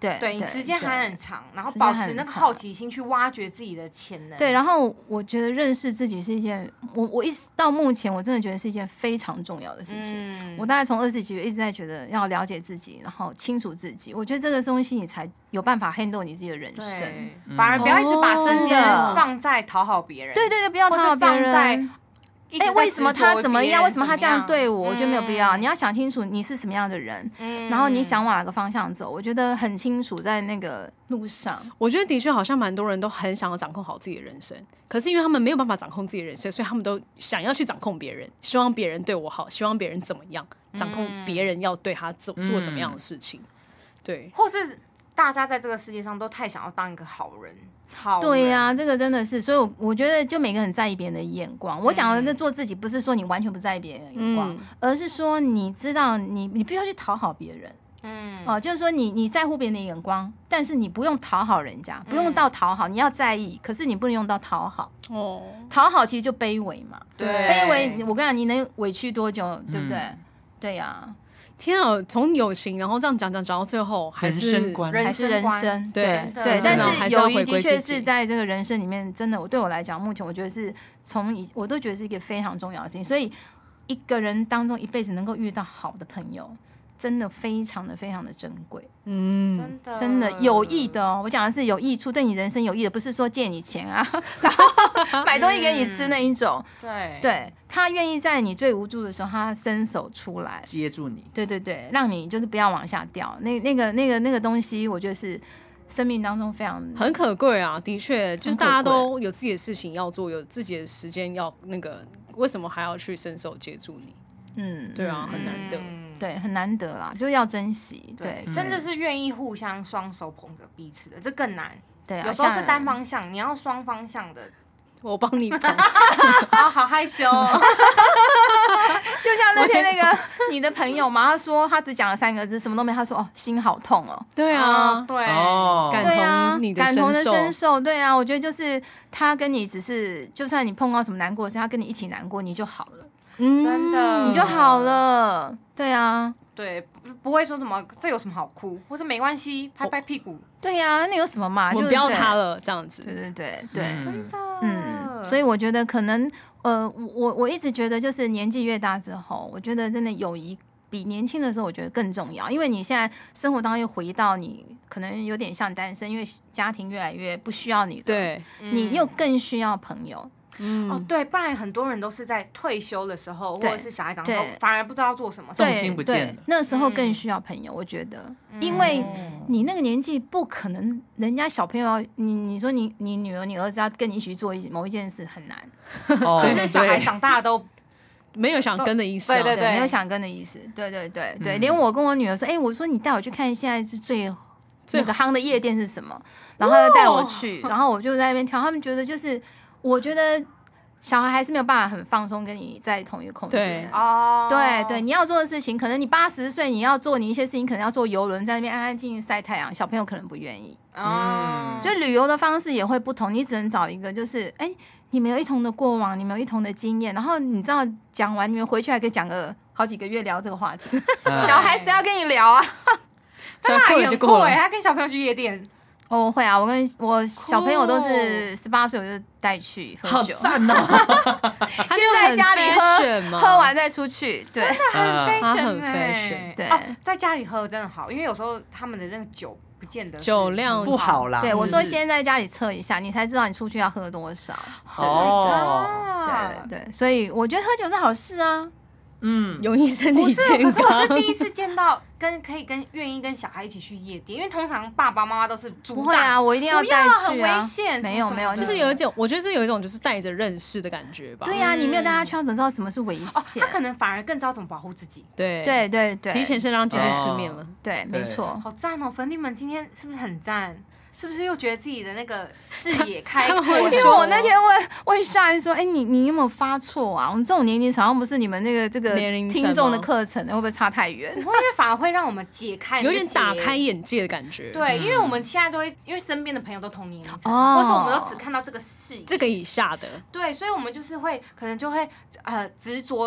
对对，你时间还很长，然后时间保持那个还很长好奇心去挖掘自己的潜能。 对，然后我觉得认识自己是一件，我我一直到目前我真的觉得是一件非常重要的事情。 嗯我大概从二十几岁一直在觉得要了解自己，然后清楚自己。我觉得这个东西你才有办法 handle 你自己的人生。 对，反而不要一直把时哦真间的放在讨好别人。 对对对，不要讨好别或是放在人。哎、 一直在为什么执着他怎么样？ 别人为什么他这样对我？ 怎么我觉得没有必要。 嗯你要想清楚你是什么样的人， 嗯然后你想往哪个方向走。我觉得很清楚，在那个路上。 我觉得的确好像蛮多人都很想要掌控好自己的人生，可是因为他们没有办法掌控自己的人生，所以他们都想要去掌控别人，希望别人对我好，希望别人怎么样，掌控别人要对他做做什么样的事情。对， 或是大家在这个世界上都太想要当一个好人。好人对呀、这个真的是，所以我我觉得就每个人很在意别人的眼光。我讲的这做自己，不是说你完全不在意别人的眼光， 嗯而是说你知道你你不要去讨好别人。 嗯哦，就是说你你在乎别人的眼光，但是你不用讨好人家，不用到讨好，你要在意，可是你不能用到讨好。 哦， 讨好其实就卑微嘛， 对卑微，我跟你讲，你能委屈多久，对不对？ 嗯对呀、 天啊，从友情然后这样讲讲讲到最后，还人是生观人还是人观生， 对对， 真但的还是要友谊回归自己的确是在这个人生里面，真的，我对我来讲，目前我觉得是从以我都觉得是一个非常重要的事情，所以一个人当中一辈子能够遇到好的朋友，真的非常的非常的珍贵。 嗯， 真的真的有益的哦，我讲的是有益处，对你人生有益的，不是说借你钱啊，然后买东西给你吃那一种。 对对，他愿意在你最无助的时候，他伸手出来， 接住你。 对对对，让你就是不要往下掉。那那个那个那个东西，我觉得是生命当中非常很可贵啊，的确，就是很可大家贵都有自己的事情要做，有自己的时间要那个，为什么还要去伸手接住你？ 嗯， 对啊，很难得。 嗯对，很难得啦，就是要珍惜。对对，甚至是愿意互相双手捧着彼此的，这更难。 对啊， 有时候是像单方向，你要双方向的。 我帮你捧， 啊，好害羞哦。 就像那天那个你的朋友嘛，他说他只讲了三个字，什么都没，他说哦，心好痛哦。 对啊， 对， 哦， 感对啊同你，的感同的身受身受，对啊，我觉得就是他跟你只是，就算你碰到什么难过的事，他跟你一起难过，你就好了， 嗯真的你就好了，对啊， 对，不不会说什么这有什么好哭，或是没关系，拍拍屁股。 对呀、那有什么嘛？ 我就对不要他了，这样子。 对对对对， 嗯真的， 嗯，所以我觉得可能，呃，我我一直觉得就是年纪越大之后，我觉得真的友谊比年轻的时候我觉得更重要，因为你现在生活当中又回到你可能有点像单身，因为家庭越来越不需要你的， 对， 你又更需要朋友。 嗯， 哦，对，不然很多人都是在退休的时候，或对者是小孩长大后对， 反而不知道做什么。 重对心不见了对，那时候更嗯需要朋友，我觉得，因为你那个年纪不可能，人家小朋友要你你说你你女儿你儿子要跟你一起去做一某一件事很难， 哦是不是小孩对长大都没有想跟的意思啊。 对对没有想跟的意思，对对对对， 嗯连我跟我女儿说，哎，我说你带我去看现在是最最那个夯的夜店是什么，然后她就带我去，然后我就在那边跳，他们觉得就是，我觉得小孩还是没有办法很放松跟你在同一个空间对。 哦， 对对，你要做的事情，可能你八十岁，你要做你一些事情，可能要坐游轮在那边安安静静晒太阳，小朋友可能不愿意。 嗯， 就旅游的方式也会不同，你只能找一个就是，哎，你们有一同的过往，你们有一同的经验，然后你知道讲完，你们回去还可以讲个好几个月聊这个话题。 嗯小孩谁要跟你聊啊？ 小孩过了就很过了酷哎，。他跟小朋友去夜店， 哦，会啊，我跟我小朋友都是十八岁我就带去喝好酒， 赞哦！ 先在家里喝， fashion 嘛喝完再出去。对， 嗯他很 fashion 欸 fashion 对哦，在家里喝真的好，因为有时候他们的那个酒不见得是酒量不好啦。 对，我就是说先在家里测一下，你才知道你出去要喝多少。 哦， 啊对对对，所以我觉得喝酒是好事啊。 嗯， 有益身体不是， 健可是我是康。 第一次见到跟可以跟愿意跟小孩一起去夜店，因为通常爸爸妈妈都是阻挡不会啊，我一定要不带很去啊。 危险， 没有没有什么什么的就是有一种，我觉得是有一种就是带着认识的感觉吧。 对呀、你没有带他去，他怎么知道什么是危哦， 险？ 他可能反而更知道怎么保护自己。 对对对对， 提前先让见见世面了。 对，没错。 好赞哦！粉底们今天是不是很赞？是不是又觉得自己的那个视野开阔？ 他们会因为我那天问问夏人说：“哎、你你有没有发错啊？我们这种年龄层好像不是你们那个这个年龄层听众的吗课程，会不会差太远不会，因为反而会让我们解开那个有点打结开眼界的感觉。， 对，因为我们现在都会，因为身边的朋友都同年龄层， 哦或是我们都只看到这个视野， 这个以下的， 对，所以我们就是会可能就会呃执着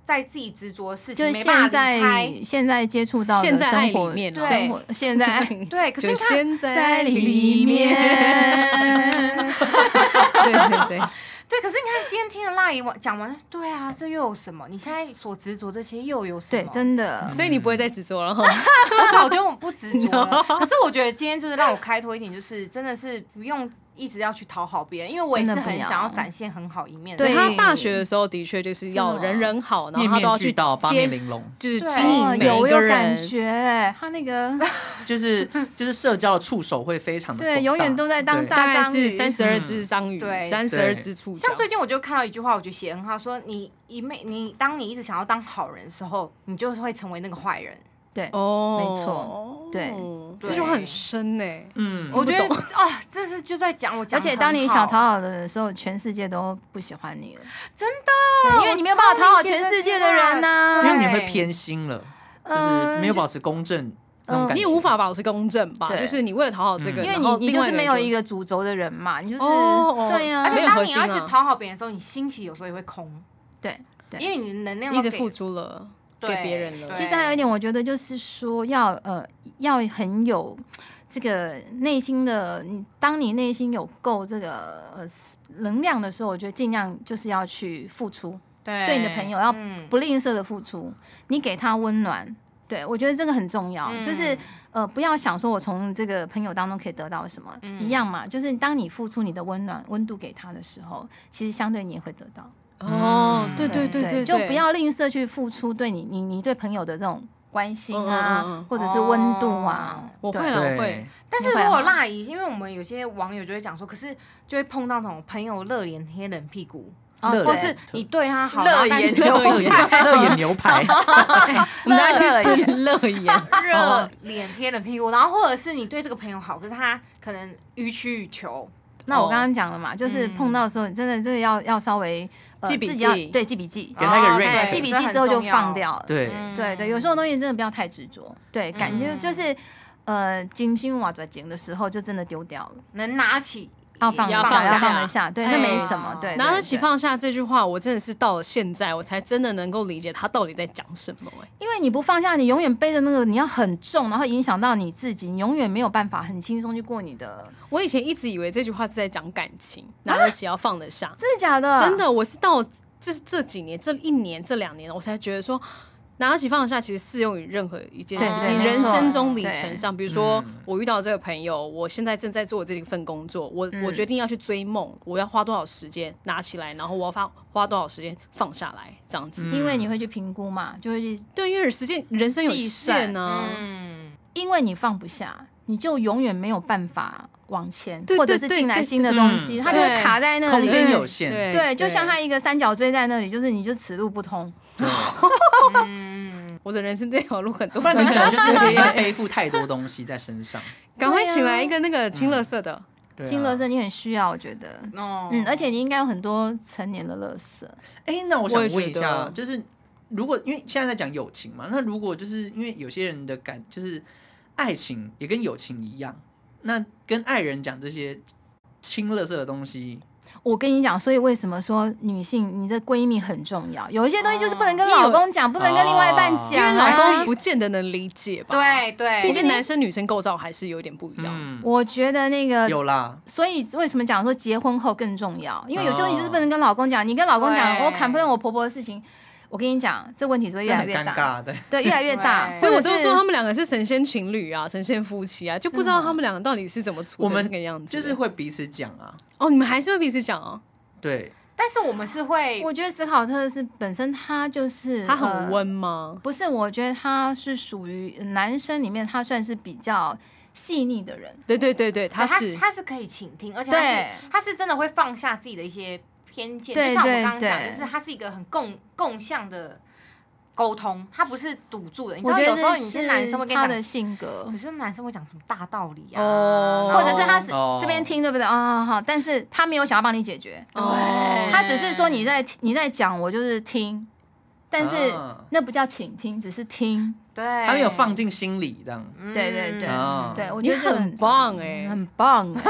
在自己执着的事就是情没办现法离开在。现在接触到的现在爱生活里面对生活现在爱对，可是就你看， 现在在里里面， 面。 对对对， 对，可是你看今天听了辣姨讲完，对啊，这又有什么？你现在所执着这些又有什么？ 对，真的。 所以你不会再执着了哈。 我早就不执着了。可是我觉得今天就是让我开拓一点，就是真的是不用一直要去讨好别人，因为我也是很真的不要想要展现很好一面的对人。 他大学的时候的确就是要人人好，然后面面他都要去俱到，八接面玲珑， 就是对哦， 经营每有一个有感人。 觉，他那个就是就是社交的触手会非常的对，永远都在当对大概是大章鱼。 三十二只章鱼， 对三十二只触角。 像最近我就看到一句话，我觉得写得很好，说你一昧你当你一直想要当好人的时候，你就是会成为那个坏人。 对， 哦， 没错对这句话很深呢。 嗯， 我觉得不啊，这是就在讲我讲而得很好， 且当你想讨好的时候，全世界都不喜欢你了， 真的， 对因为你没有办法讨好全世界的人呐、 因为你会偏心了，就是没有保持公正这种感觉， 你也无法保持公正吧？ 对就是你为了讨好这个， 嗯因为然后你你就是没有一个个主轴的人嘛，你就是、 哦哦对呀、 而且没有当你要核心啊去讨好别人的时候，你心情有时候也会空， 对对。 因为你的能量都给一直付出了对给别人了。 对其实还有一点，我觉得就是说要呃要很有这个内心的，你当你内心有够这个呃能量的时候，我觉得尽量就是要去付出， 对对你的朋友要嗯不吝啬的付出，你给他温暖。对，我觉得这个很重要， 嗯就是呃，不要想说我从这个朋友当中可以得到什么， 嗯一样嘛，就是当你付出你的温暖温度给他的时候，其实相对你也会得到。 哦， 嗯对对对对， 就不要吝啬去付出对你你你对朋友的这种关心啊， 嗯嗯嗯嗯或者是温度啊。对我会了，我对会。 但是如果辣姨，因为我们有些网友就会讲说，可是就会碰到那种朋友热脸贴冷屁股， 哦热脸或是你对他好， 热然后但是眼流热眼热眼牛排， 我们大家去吃乐眼， 热脸贴冷屁股，然后或者是你对这个朋友好，可是他可能予取予求， 那我刚刚讲了嘛，就是碰到的时候，你真的这个要要稍微呃记笔记自己要对记笔记， 给他一个哦 range 哎， 对记笔这很记之后就重要放掉了。 对， 嗯对对，有时候东西真的不要太执着，对，感觉就是呃金星瓦在剪的时候就真的丢掉了， 能拿起要放要得下，要放下放得下，对， 哎那没什么，对， 拿得对对起放下这句话，我真的是到了现在，我才真的能够理解他到底在讲什么。哎， 因为你不放下，你永远背着那个，你要很重，然后影响到你自己，你永远没有办法很轻松去过你的。 我以前一直以为这句话是在讲感情，拿得起要放得下， 真的假的？ 真的，我是到这这几年、这一年、这两年，我才觉得说。拿得起放得下，其实适用于任何一件事。你人对对没错生中里程上，比如说嗯我遇到这个朋友，我现在正在做这一份工作，我、 嗯我决定要去追梦，我要花多少时间拿起来，然后我要花花多少时间放下来，这样子。 嗯因为你会去评估嘛，就会去， 对，因为时间人生有计算限啊。 嗯， 因为你放不下，你就永远没有办法往前， 对或者是对对进来新的东西， 嗯它就会对卡在那里。 空间有限， 对对，就像它一个三角锥在那里，就是你就此路不通。 对我的人生这条路很多不然你可能就是伤会背负太多东西在身上。 赶快请来一个那个清乐色的， 对啊新乐色你很需要，我觉得。 哦嗯，而且你应该有很多成年的乐色。 哎，那我想我也问一下， 觉得就是如果因为现在在讲友情嘛，那如果就是因为有些人的感就是爱情也跟友情一样，那跟爱人讲这些亲乐色的东西， 我跟你讲，所以为什么说女性你的闺蜜很重要？有一些东西就是不能跟老公讲，不能跟另外一半因讲为啊。 老公不见得能理解吧？， 对对， 毕竟男生女生构造还是有点不一样。 嗯， 我觉得那个有啦， 所以为什么讲说结婚后更重要？因为有些东西就是哦不能跟老公讲，你跟老公讲， 对我砍不动我婆婆的事情，我跟你讲，这问题只会越这很尴来越大， 尬，对， 对，越来越大。 对所以我都或者是说他们两个是神仙情侣啊，神仙夫妻啊，就不知道他们两个到底是怎么处成我们这个样子的。 就是会彼此讲啊， 哦，你们还是会彼此讲哦。 对， 但是我们是会， 我觉得史考特是本身他就是他很呃温吗？ 不是，我觉得他是属于男生里面，他算是比较细腻的人。 对对对对，他他是他是可以倾听，而且他对是他是真的会放下自己的一些偏见， 对就像我们对刚刚讲， 对就是他是一个很共共向的沟通，他不是堵住的。你知我觉道有时候得有些男是生会跟你讲他的，性格有，些男生会讲什么大道理啊， 哦然后或者是他是哦这边听对不对？哦，好，但是他没有想要帮你解决， 哦他只是说你在你在讲，我就是听，但是啊那不叫倾听，只是听。 对， 他没有放进心里这样。 嗯， 对对对哦对，我觉得这个你很棒欸很棒欸。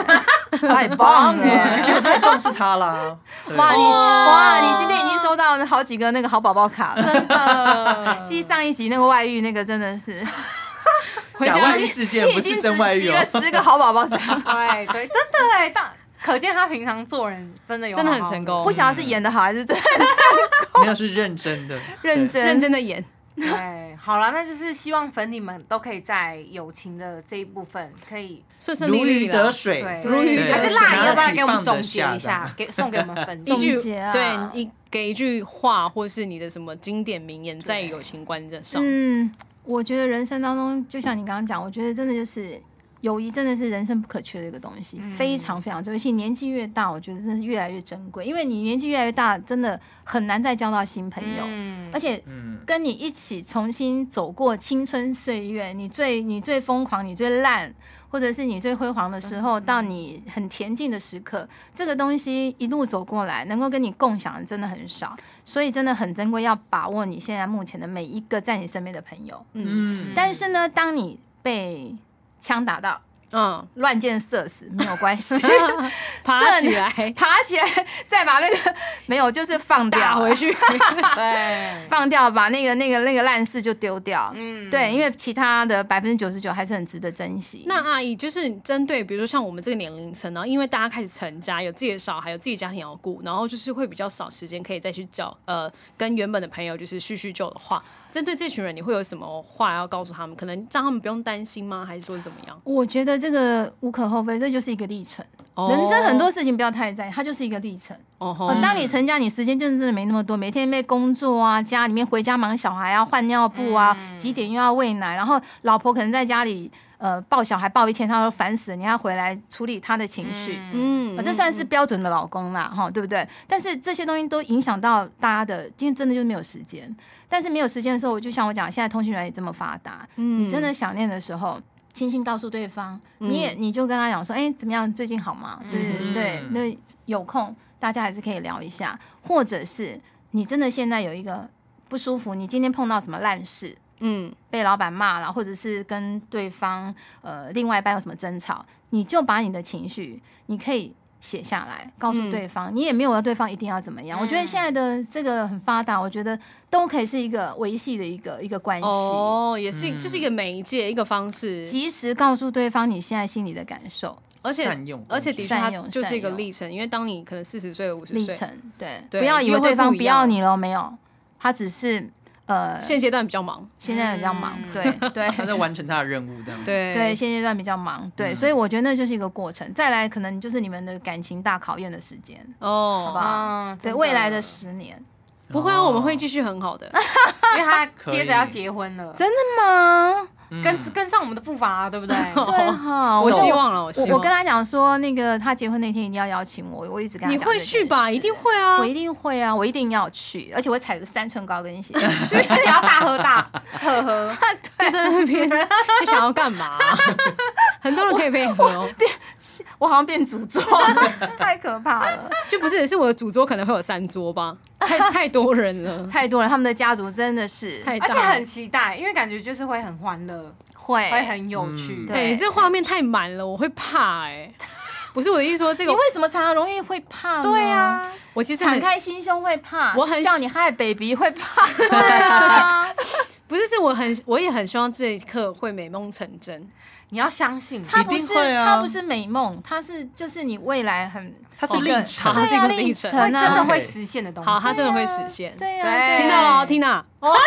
太棒了！ 因为太重视他啦。 哇，你哇，你今天已经收到好几个那个好宝宝卡了，真的。其实上一集那个外遇那个真的是。 假外遇事件不是真外遇， 集了十个好宝宝卡。 对对，真的哎，大可见他平常做人真的有真的很成功。 不晓得是演的好还是真的成功，没有是认真的， 认真认真的演。 对，好了，那就是希望粉你们都可以在友情的这一部分可以顺顺利利如鱼得水。 对， 如鱼得水。 还是辣姨要不要给我们总结一下，给送给我们粉一句啊、 对，一给一句话，或是你的什么经典名言，在友情观上。 嗯，我觉得人生当中，就像你刚刚讲，我觉得真的就是友谊，真的是人生不可缺的一个东西，嗯、非常非常珍贵。年纪越大，我觉得真的是越来越珍贵，因为你年纪越来越大，真的很难再交到新朋友，嗯、而且跟你一起重新走过青春岁月，你最你最疯狂，你最烂。或者是你最辉煌的时候，到你很恬静的时刻，这个东西一路走过来，能够跟你共享的真的很少，所以真的很珍贵，要把握你现在目前的每一个在你身边的朋友。嗯，但是呢，当你被枪打到，嗯，乱箭射死没有关系， 爬起来， 爬起来，再把那个没有，就是放掉打回去， 对， 放掉，把那个那个那个烂事就丢掉。嗯，对，因为其他的百分之九十九还是很值得珍惜。 那阿姨就是针对，比如说像我们这个年龄层，然后因为大家开始成家，有自己的小孩，有自己的家庭要顾，然后就是会比较少时间可以再去交呃跟原本的朋友就是叙叙旧的话。针对这群人，你会有什么话要告诉他们？可能让他们不用担心吗？还是说怎么样？ 我觉得这个无可厚非，这就是一个历程。Oh. 人生很多事情不要太在意，它就是一个历程。哦、oh. 当你成家，你时间真的真的没那么多，每天被工作啊，家里面回家忙小孩啊，换尿布啊，嗯、几点又要喂奶，然后老婆可能在家里。呃，抱小孩抱一天，他都烦死了，你要回来处理他的情绪，嗯，嗯这算是标准的老公啦，哈，对不对？但是这些东西都影响到大家的，今天真的就是没有时间。但是没有时间的时候，就像我讲，现在通讯软体这么发达，嗯，你真的想念的时候，轻轻告诉对方，嗯、你也你就跟他讲说，哎、欸，怎么样？最近好吗？嗯、对对对，那有空大家还是可以聊一下，或者是你真的现在有一个不舒服，你今天碰到什么烂事？嗯，被老板骂了，或者是跟对方呃另外一半有什么争吵，你就把你的情绪，你可以写下来，告诉对方，嗯、你也没有要对方一定要怎么样。嗯、我觉得现在的这个很发达，我觉得都可以是一个维系的一个一个关系。 哦，也是，嗯、就是一个媒介，一个方式， 及时告诉对方你现在心里的感受。 而且而且的确，它就是一个历程，因为当你可能四十岁、五十岁， 历程对，对，不要以为对方不要你了，没有，他只是。呃， 现阶段比较忙， 现在比较忙，嗯、对对， 他在完成他的任务，这样对对，现阶段比较忙，对，嗯、所以我觉得那就是一个过程。再来，可能就是你们的感情大考验的时间哦，好不好？嗯、对，未来的十年， 不会啊，我们会继续很好的， 因为他接着要结婚了， 真的吗？ 跟跟上我们的步伐、啊，对不对？ 对哈， 我希望了，我希望。 我跟他讲说，那个他结婚那天一定要邀请我，我一直跟他讲。 你会去吧？一定会啊！ 我一定会啊！我一定要去，而且我踩个三寸高跟鞋， 而且要大喝大特喝。 对，在那边你想要干嘛？很多人可以配合哦。 变，我好像变主桌，太可怕了。 就不是，是我的主桌可能会有三桌吧？太太多人了， 太多人，他们的家族真的是太大，而且很期待，因为感觉就是会很欢乐。 会会很有趣， 嗯、对，这画面太满了，我会怕哎、欸。不是我的意思说这个， 你为什么常常容易会怕呢？ 对啊， 我其实敞开心胸会怕， 我很叫你嗨 baby 会怕， 对啊，不是，是我很我也很希望这一刻会美梦成真。 你要相信， 它不是、啊、它不是美梦，它是就是你未来很， 它是历程， 它是一个历程， 真的会实现的东西。 好，它真的会实现。 对呀、啊， 听到了 ，Tina，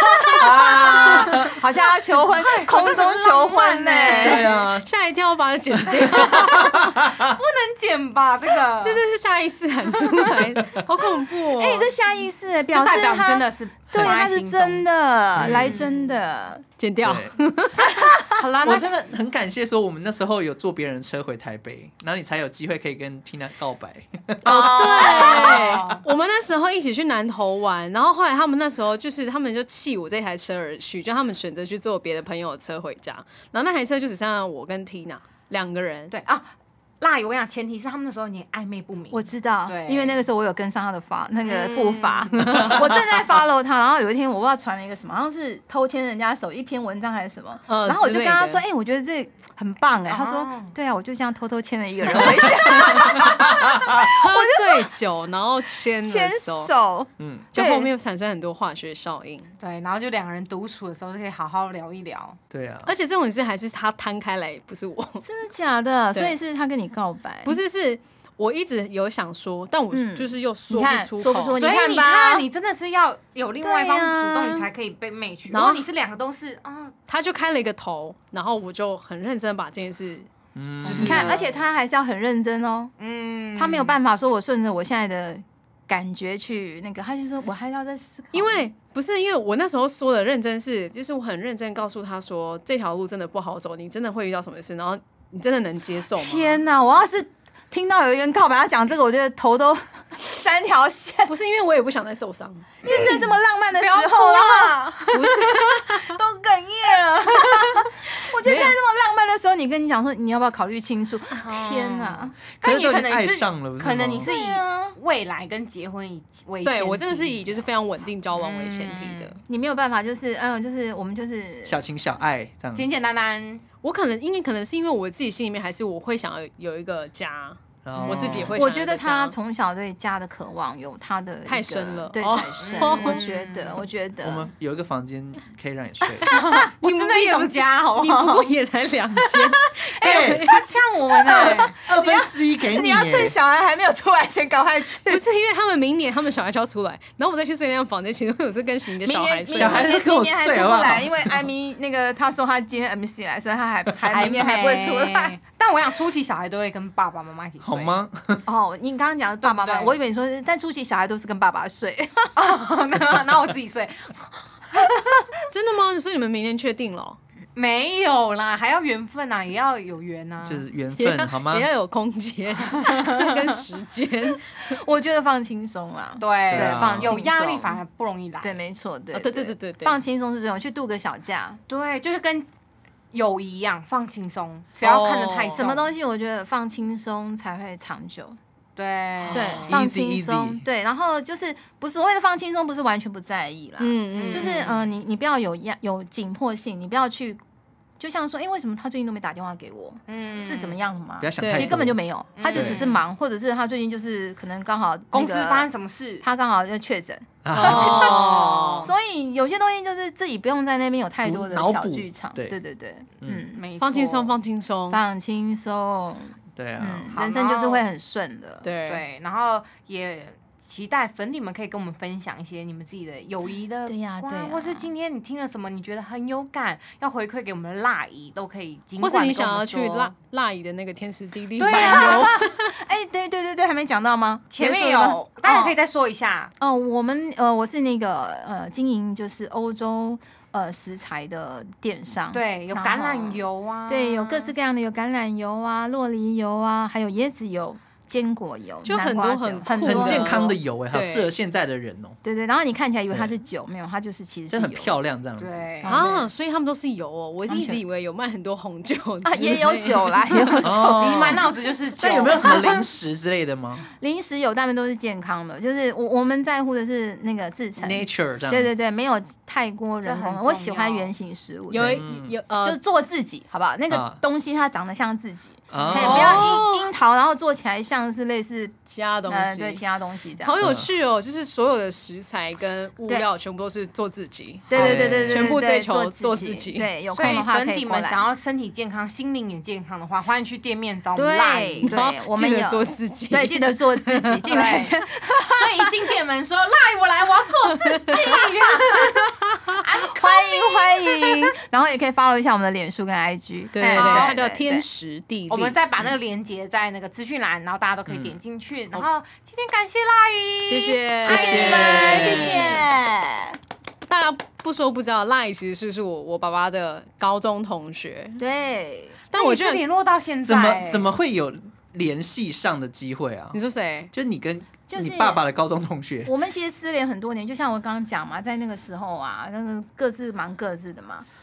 好像要求婚，空中求婚呢、欸。 对啊， 吓一跳，我把它剪掉， 不能剪吧？这个， 这真是下意识喊出来，好恐怖哦！ 哎、欸，这下意识表示他真的是。 对，他是真的，嗯、来真的， 剪掉。 好啦， 我真的很感谢，说我们那时候有坐别人车回台北，然后你才有机会可以跟 Tina 告白。 哦，对，我们那时候一起去南投玩，然后后来他们那时候就是他们就弃我这台车而去，就他们选择去坐别的朋友的车回家，然后那台车就只剩下我跟 Tina 两个人。 对啊。 辣姨，我跟你讲，前提是他们那时候你暧昧不明。 我知道， 对因为那个时候我有跟上他的发那个步伐， 嗯我正在 follow 他，然后有一天我不知道传了一个什么，好像是偷牵人家手一篇文章还是什么， 呃然后我就跟他说， 之类的哎、我觉得这很棒哎、他说哦， 对啊，我就这样偷偷牵了一个人回家， 喝醉酒，然后牵牵了手， 手， 嗯， 对就后面产生很多化学效应。 对，然后就两个人独处的时候就可以好好聊一聊。 对啊， 而且这种事还是他摊开来，不是我， 真的假的？ 对所以是他跟你告白， 不是是我一直有想说，但我嗯就是又说你看不出口。 说不出所以你你看吧看，你真的是要有另外一方对啊主动，你才可以被 match。如然后果你是两个都是啊， 他就开了一个头，然后我就很认真地把这件事， 嗯， 就是你看，而且他还是要很认真哦， 嗯， 他没有办法说我顺着我现在的感觉去那个，他就说我还要再思考， 因为不是因为我那时候说的认真是，就是我很认真告诉他说这条路真的不好走，你真的会遇到什么事，然后你真的能接受吗？ 天哪！我要是听到有一个人告白，他讲这个，我觉得头都三条线。 不是因为我也不想再受伤， 因为在这么浪漫的时不要哭候，然后啊， 不是都哽咽了。 我觉得在这么浪漫的时候，你跟你讲说你要不要考虑倾诉？天哪！ 但也可是都已经可能是爱上了，不是吗可能你是以对啊未来跟结婚以为前提对我真的是以就是非常稳定交往为前提的。 嗯你没有办法，就是嗯，就是我们就是小情小爱这样。 简简单单。 我可能因为可能是因为我自己心里面还是我会想要有一个家， 哦我自己会想要我觉得一个家他从小对家的渴望有他的一个太深了对， 哦太深。 嗯我觉得，我觉得我们有一个房间可以让你睡， 不是那一种家，好不好？ 你不过也才两千， 哎， 他呛我们呢， 二分之一给你要趁耶小孩还没有出来前赶快去。 不是因为他们明年他们小孩就要出来，然后我再去睡那样房间，其实我是跟你的小孩睡。 小孩子跟我明年还睡好不好出不来，因为艾米那个他说他今天 M C 来，所以他还还明年还不会出来。 没。但我想初期小孩都会跟爸爸妈妈一起睡， 好？吗？ 哦，你刚刚讲的爸爸妈妈， 对不对我以为你说，但初期小孩都是跟爸爸睡。 然后我自己睡， 真的吗？所以你们明年确定了？ 没有啦，还要缘分啊，也要有缘啊。 就是缘也要分好吗也？要有空间跟时间。 我觉得放轻松啦。 对对啊放轻松有压力反而不容易来。 对，没错，对哦对对对对对放轻松是这种，去度个小假。 对，就是跟友谊一样，放轻松，不要看得太重。 什么东西，我觉得放轻松才会长久。 对对， Easy, 放轻松 easy。 对，然后就是不是所谓的放轻松，不是完全不在意啦。 嗯嗯， 就是嗯、呃你你不要有压有紧迫性，你不要去，就像说，哎、为什么他最近都没打电话给我？ 嗯是怎么？样的吗不？要想对太多， 其实根本就没有，他就嗯只是忙，或者是他最近就是可能刚好、那个、 公司发生什么事？ 他刚好就确诊， 哦， 所以有些东西就是自己不用在那边有太多的小脑补剧场。 对对对对， 嗯嗯， 没错放轻松，放轻松。 放轻松， 对啊， 嗯， 好人生就是会很顺的。 对对，然后也期待粉底们可以跟我们分享一些你们自己的友谊的对呀观对呀或是今天你听了什么你觉得很有感，要回馈给我们的辣姨，都可以尽管地或是你想要跟我们说去辣辣姨的那个天时地利对漫啊游， 哎，对对对对，还没讲到吗？ 前面结束了吗有，大家可以再说一下。 哦，我们呃，我是那个呃，经营就是欧洲呃食材的电商， 对，有然后橄榄油啊， 对，有各式各样的，有橄榄油啊、洛梨油啊，还有椰子油、坚果油， 就很多南瓜很酷油很多很健康的油哎，好对适合现在的人哦， 对对，然后你看起来以为它对是酒，没有，它就是其实是真的很油漂亮这样子。 对啊，所以他们都是油哦。我完全一直以为有卖很多红酒啊， 之类也有酒啦，也有酒。 哦你满脑子就是酒。 但有没有什么零食之类的吗零食有，大部分都是健康的，就是我我们在乎的是那个制成。 ？Nature 这样。 对对对，没有太过人工的， 这很重我喜欢要原型食物， 有对嗯有就呃， 做自己，好不好？那个啊东西它长得像自己， 哦嘿不要樱樱桃，然后做起来像是类似其他东呃西对其他东西这样。 好有趣哦，就是所有的食材跟物料全部都是做自己。 对对对对对， 全部对追求做做自己对，有所以空的话粉底可以过来。 们想要身体健康、心灵也健康的话，欢迎去店面找我们对辣姨。 对然后我们有记得做自己， 对，记得做自己，进来对所以一进店门说辣姨我来，我要做自己。 欢迎欢迎，然后也可以 follow 一下我们的脸书跟 I G。 对对对， 好它叫天时地利。 我们再把那个链接在那个资讯栏，然后大家都可以点进去。然后今天感谢辣姨， 谢谢谢谢你们，谢谢。 大家不说不知道，赖其实是是我我爸爸的高中同学， 对， 但我觉得那也是联络到现在， 怎么怎么会有联系上的机会啊你？说谁？ 就你跟就是你爸爸的高中同学， 我们其实失联很多年，就像我刚刚讲嘛，在那个时候啊，那个各自忙各自的嘛。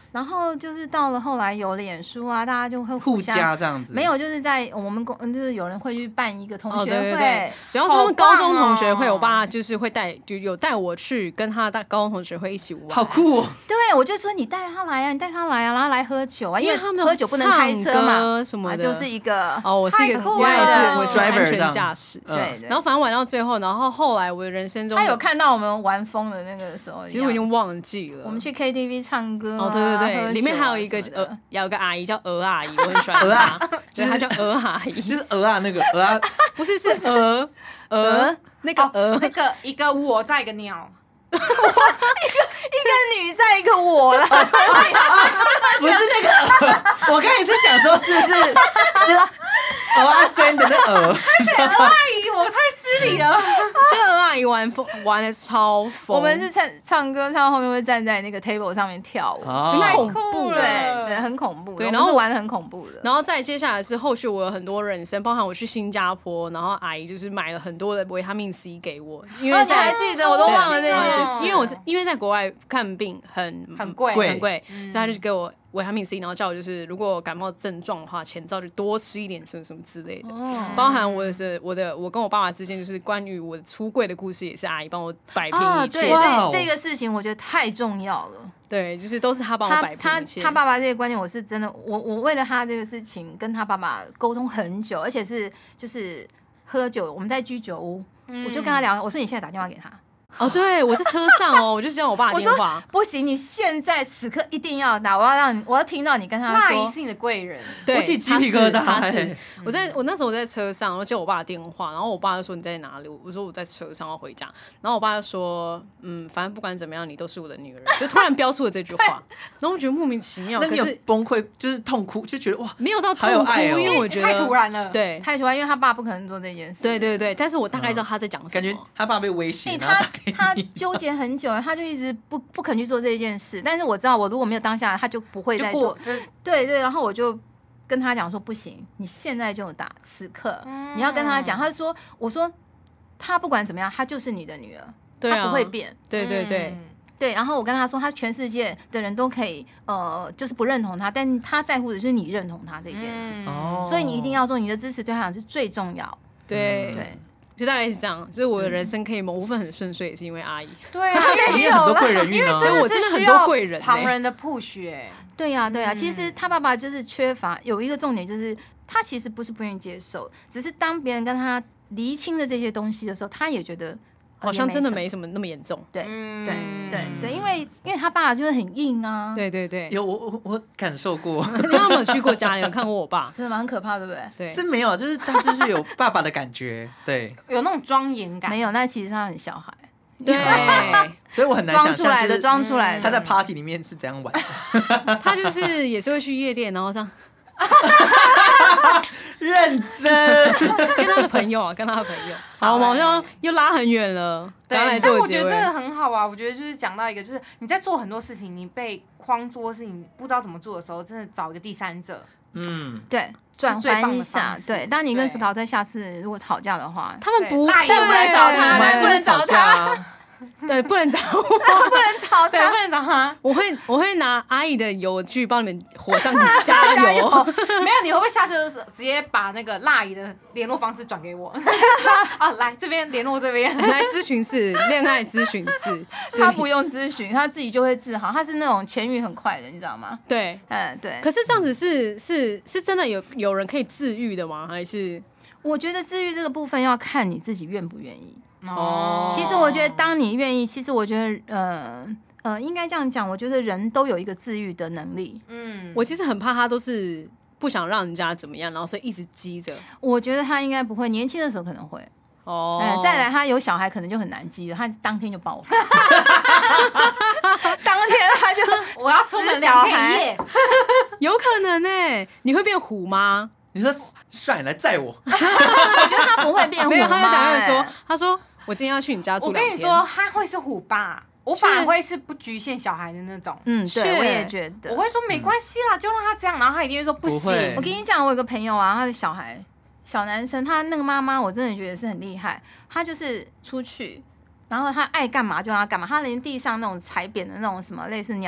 然后就是到了后来有脸书啊，大家就会互相加这样子。 没有，就是在我们公，就是有人会去办一个同学会， 哦、对对对，主要是他们高中同学会， 哦、 我爸就是会带，就有带我去跟他的高中同学会一起玩， 好酷哦！ 对，我就说你带他来啊，你带他来啊，然后来喝酒啊，因为他们喝酒不能开车嘛， 什么的， 就是一个哦，我是一个， 原来是我是安全驾驶， 对、嗯。 然后反正玩到最后，然后后来我的人生中， 他有看到我们玩疯的那个时候， 其实我已经忘记了。 我们去 K T V 唱歌、啊， 哦，对对对，里面还有一个呃，有个阿姨叫鹅阿姨，我很喜欢她，对，她叫鹅阿姨， 就是鹅啊，那个鹅啊， 不是是鹅鹅那个鹅， 那个一个我在一个鸟。 一个一个女在一个我啦， 不是那个，我刚才是想说是不是就是鹅啊真的那鹅， 而且鹅阿姨我太失礼了， 就鹅阿姨玩疯玩的超疯， 我们是唱唱歌唱到后面会站在那个 table 上面跳舞， 哦、 很恐怖， 对对，很恐怖， 对，然后玩的很恐怖的， 然后再接下来是后续我有很多人生，包含我去新加坡，然后阿姨就是买了很多的维他命 C 给我，因为在、 哦、你还记得我都忘了这件事， 因为我是因为在国外看病很很贵很贵，嗯、所以他就给我维他命 C， 然后叫我就是如果感冒症状的话，前兆就多吃一点什么什么之类的。哦、包含我的是我的我跟我爸爸之间就是关于我的出柜的故事，也是阿姨帮我摆平一切。 哦、对，这这个事情我觉得太重要了。 对，就是都是他帮我摆平一切。 他他爸爸这个观念，我是真的，我我为了他这个事情跟他爸爸沟通很久，而且是就是喝酒，我们在居酒屋，嗯、我就跟他聊，我说你现在打电话给他。 哦，对，我在车上哦，我就叫我爸电话。 不行，你现在此刻一定要打，我要让你，我要听到你跟他说。 那姨是你的贵人， 对， 我起鸡皮疙瘩。 他是，他是我在我那时候我在车上，然后接我爸的电话，然后我爸就说你在哪里？我说我在车上要回家，然后我爸就说，嗯，反正不管怎么样，你都是我的女儿，就突然飙出了这句话，然后我觉得莫名其妙。 那你有崩溃，就是痛哭，就觉得哇， 没有到痛哭， 哦、 因为我觉得太突然了， 对， 太突然，因为他爸不可能做这件事。 对对对，但是我大概知道他在讲什么。 感觉他爸被威胁， 欸、他他纠结很久，他就一直不不肯去做这件事。但是我知道，我如果没有当下，他就不会再做。对对，然后我就跟他讲说，不行，你现在就打，此刻、嗯、你要跟他讲。他说，我说他不管怎么样，他就是你的女儿， 对啊、 他不会变。 对对对。 嗯对，然后我跟他说，他全世界的人都可以，呃，就是不认同他，但他在乎的就是你认同他这件事，嗯、所以你一定要做，你的支持对他讲是最重要。 对对， 就大概是这样，所以我的人生可以某部分很顺遂，也是因为阿姨。 对啊， 因为很多贵人运啊， 因为我真的很多贵人、欸， 旁人的 push 哎、欸。 对呀、啊、对呀、啊，其实他爸爸就是缺乏有一个重点，就是他其实不是不愿意接受，只是当别人跟他厘清了这些东西的时候，他也觉得。 好像真的没什么那么严重， 对对对对，因为因为他爸就是很硬啊， 对对对， 有我我我感受过， 你有没有去过家里？有看过我爸？ 真的蛮可怕，对不对？ 对， 是没有，就是但是是有爸爸的感觉，对， 有那种庄严感， 没有，那其实他很小孩， 对， 所以我很难想象， 装出来的装出来的， 他在 party 里面是怎样玩， 他就是也是会去夜店，然后这样。 认真跟他的朋友啊，跟他的朋友。好，我们好像又拉很远了。 对， 来但我觉得这个很好啊。我觉得就是讲到一个，就是你在做很多事情，你被框住或是你不知道怎么做的时候，真的找一个第三者， 嗯， 对，转换一下。对，当你跟史考特下次如果吵架的话， 他们不会来找他， 不能吵架。 对，不能找我， 不能吵对，不能找他。 我会我会拿阿姨的油去帮你们火上加油。 没有，你会不会下次就是直接把那个辣姨的联络方式转给我？啊，来这边联络这边， 来咨询室，恋爱咨询室。 他不用咨询，他自己就会治好。他是那种痊愈很快的，你知道吗？ 对， 嗯，对。 可是这样子是是是真的有有人可以治愈的吗？还是我觉得治愈这个部分要看你自己愿不愿意。 哦， 其实我觉得，当你愿意，其实我觉得，呃呃，应该这样讲，我觉得人都有一个治愈的能力。 嗯，我其实很怕他都是不想让人家怎么样，然后所以一直积着。 我觉得他应该不会，年轻的时候可能会。哦、呃，再来他有小孩可能就很难积了，他当天就爆发。当天他就我要出门两天一夜， 有可能呢、欸？你会变虎吗？ 你说帅来载我？ 我觉得他不会变虎妈、欸。 没有，他就打算说，他说我今天要去你家住两天。 我跟你说，他会是虎爸，我反而会是不局限小孩的那种。 嗯，对，我也觉得。 我会说没关系啦，就让他这样，然后他一定会说不行。 我跟你讲，我有个朋友啊，他的小孩小男生，他那个妈妈我真的觉得是很厉害，他就是出去，然后他爱干嘛就让他干嘛，他连地上那种踩扁的那种什么类似鸟。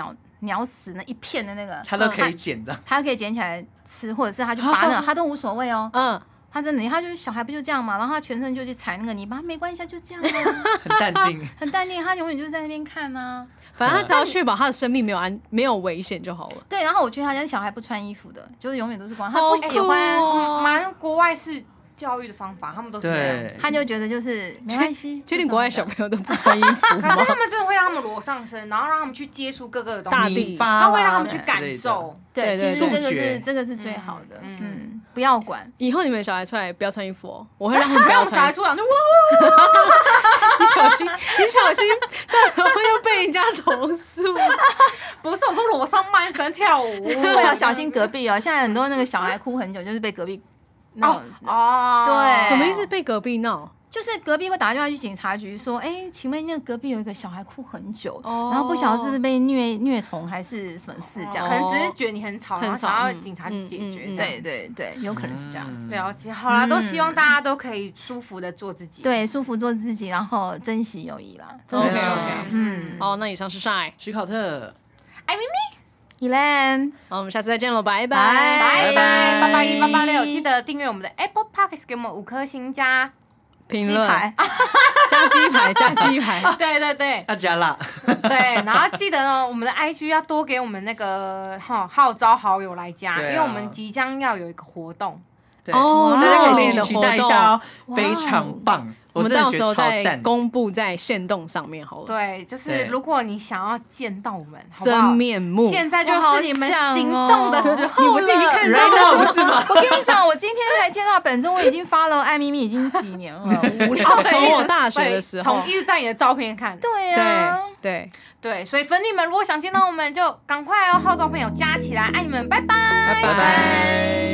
鸟屎那一片的那个， 他都可以捡的， 他可以捡起来吃，或者是他就拔那个，他都无所谓哦。 嗯， 他真的，他就是小孩不就这样嘛，然后他全身就去踩那个泥巴，没关系，就这样啊， 很淡定， 很淡定，他永远就是在那边看啊。 反正他只要确保他的生命没有安没有危险就好了。 对，然后我去他家小孩不穿衣服的，就是永远都是光，他好不喜欢， 酷哦蛮国外式教育的方法，他们都是这样子。 对， 他就觉得就是没关系。 确定国外小朋友都不穿衣服可是吗？ 他们真的会让他们裸上身，然后让他们去接触各个的东西， 大地泥巴啦他会让他们去感之类的受。 对， 对对其实这个触觉是这个是最好的， 嗯嗯，不要管。 以后你们小孩出来不要穿衣服哦，我会让他们不让我要穿衣服。 们小孩出来就哇， 你小心，你小心，到时候又被人家投诉。 不是我说裸上半身跳舞， 会要小心隔壁哦，现在很多那个小孩哭很久，就是被隔壁那种哦哦， 对什么意思？被隔壁闹？ 就是隔壁会打电话去警察局说，哎，请问那个隔壁有一个小孩哭很久， 哦然后不晓得是不是被虐虐童还是什么事这样可子。 能只是觉得你很吵，然后很吵想要嗯警察去解决。 嗯嗯嗯对对对，有可能是这样子。 了解，好啦，都希望大家都可以舒服的做自己。， 对，舒服做自己，然后珍惜友谊啦。真的 OK 很重要 OK， 嗯， 好，那以上是 Shy， 徐考特， 爱咪咪， Elaine， 好，我们下次再见喽，拜拜拜拜八八一八八六， 拜记得订阅我们的 Apple Podcast， 给我们五颗星加。 评论鸡排， 加鸡排加鸡排， 对对对要加辣， 对，然后记得呢，我们的 I G 要多给我们那个哈号召好友来加， 对啊因为我们即将要有一个活动。 对， 哦大家可以热烈的期期待一活下哦， 动非常棒， 我们真的觉得到时候再超赞， 公布在限动上面好了， 对，就是对如果你想要见到我们，好不真好？ 面目。 现在就是你们行动的时候了。 你不是已经看到 right 了 now 吗？ 不是吗？ 我跟你讲，我今天才见到本尊，我已经发了艾咪咪已经几年了，无聊。 哦对从我大学的时候从一直在你的照片看。 对啊， 对对， 对，所以粉你们如果想见到我们，就赶快哦，号召朋友加起来，爱你们，拜拜， 拜拜。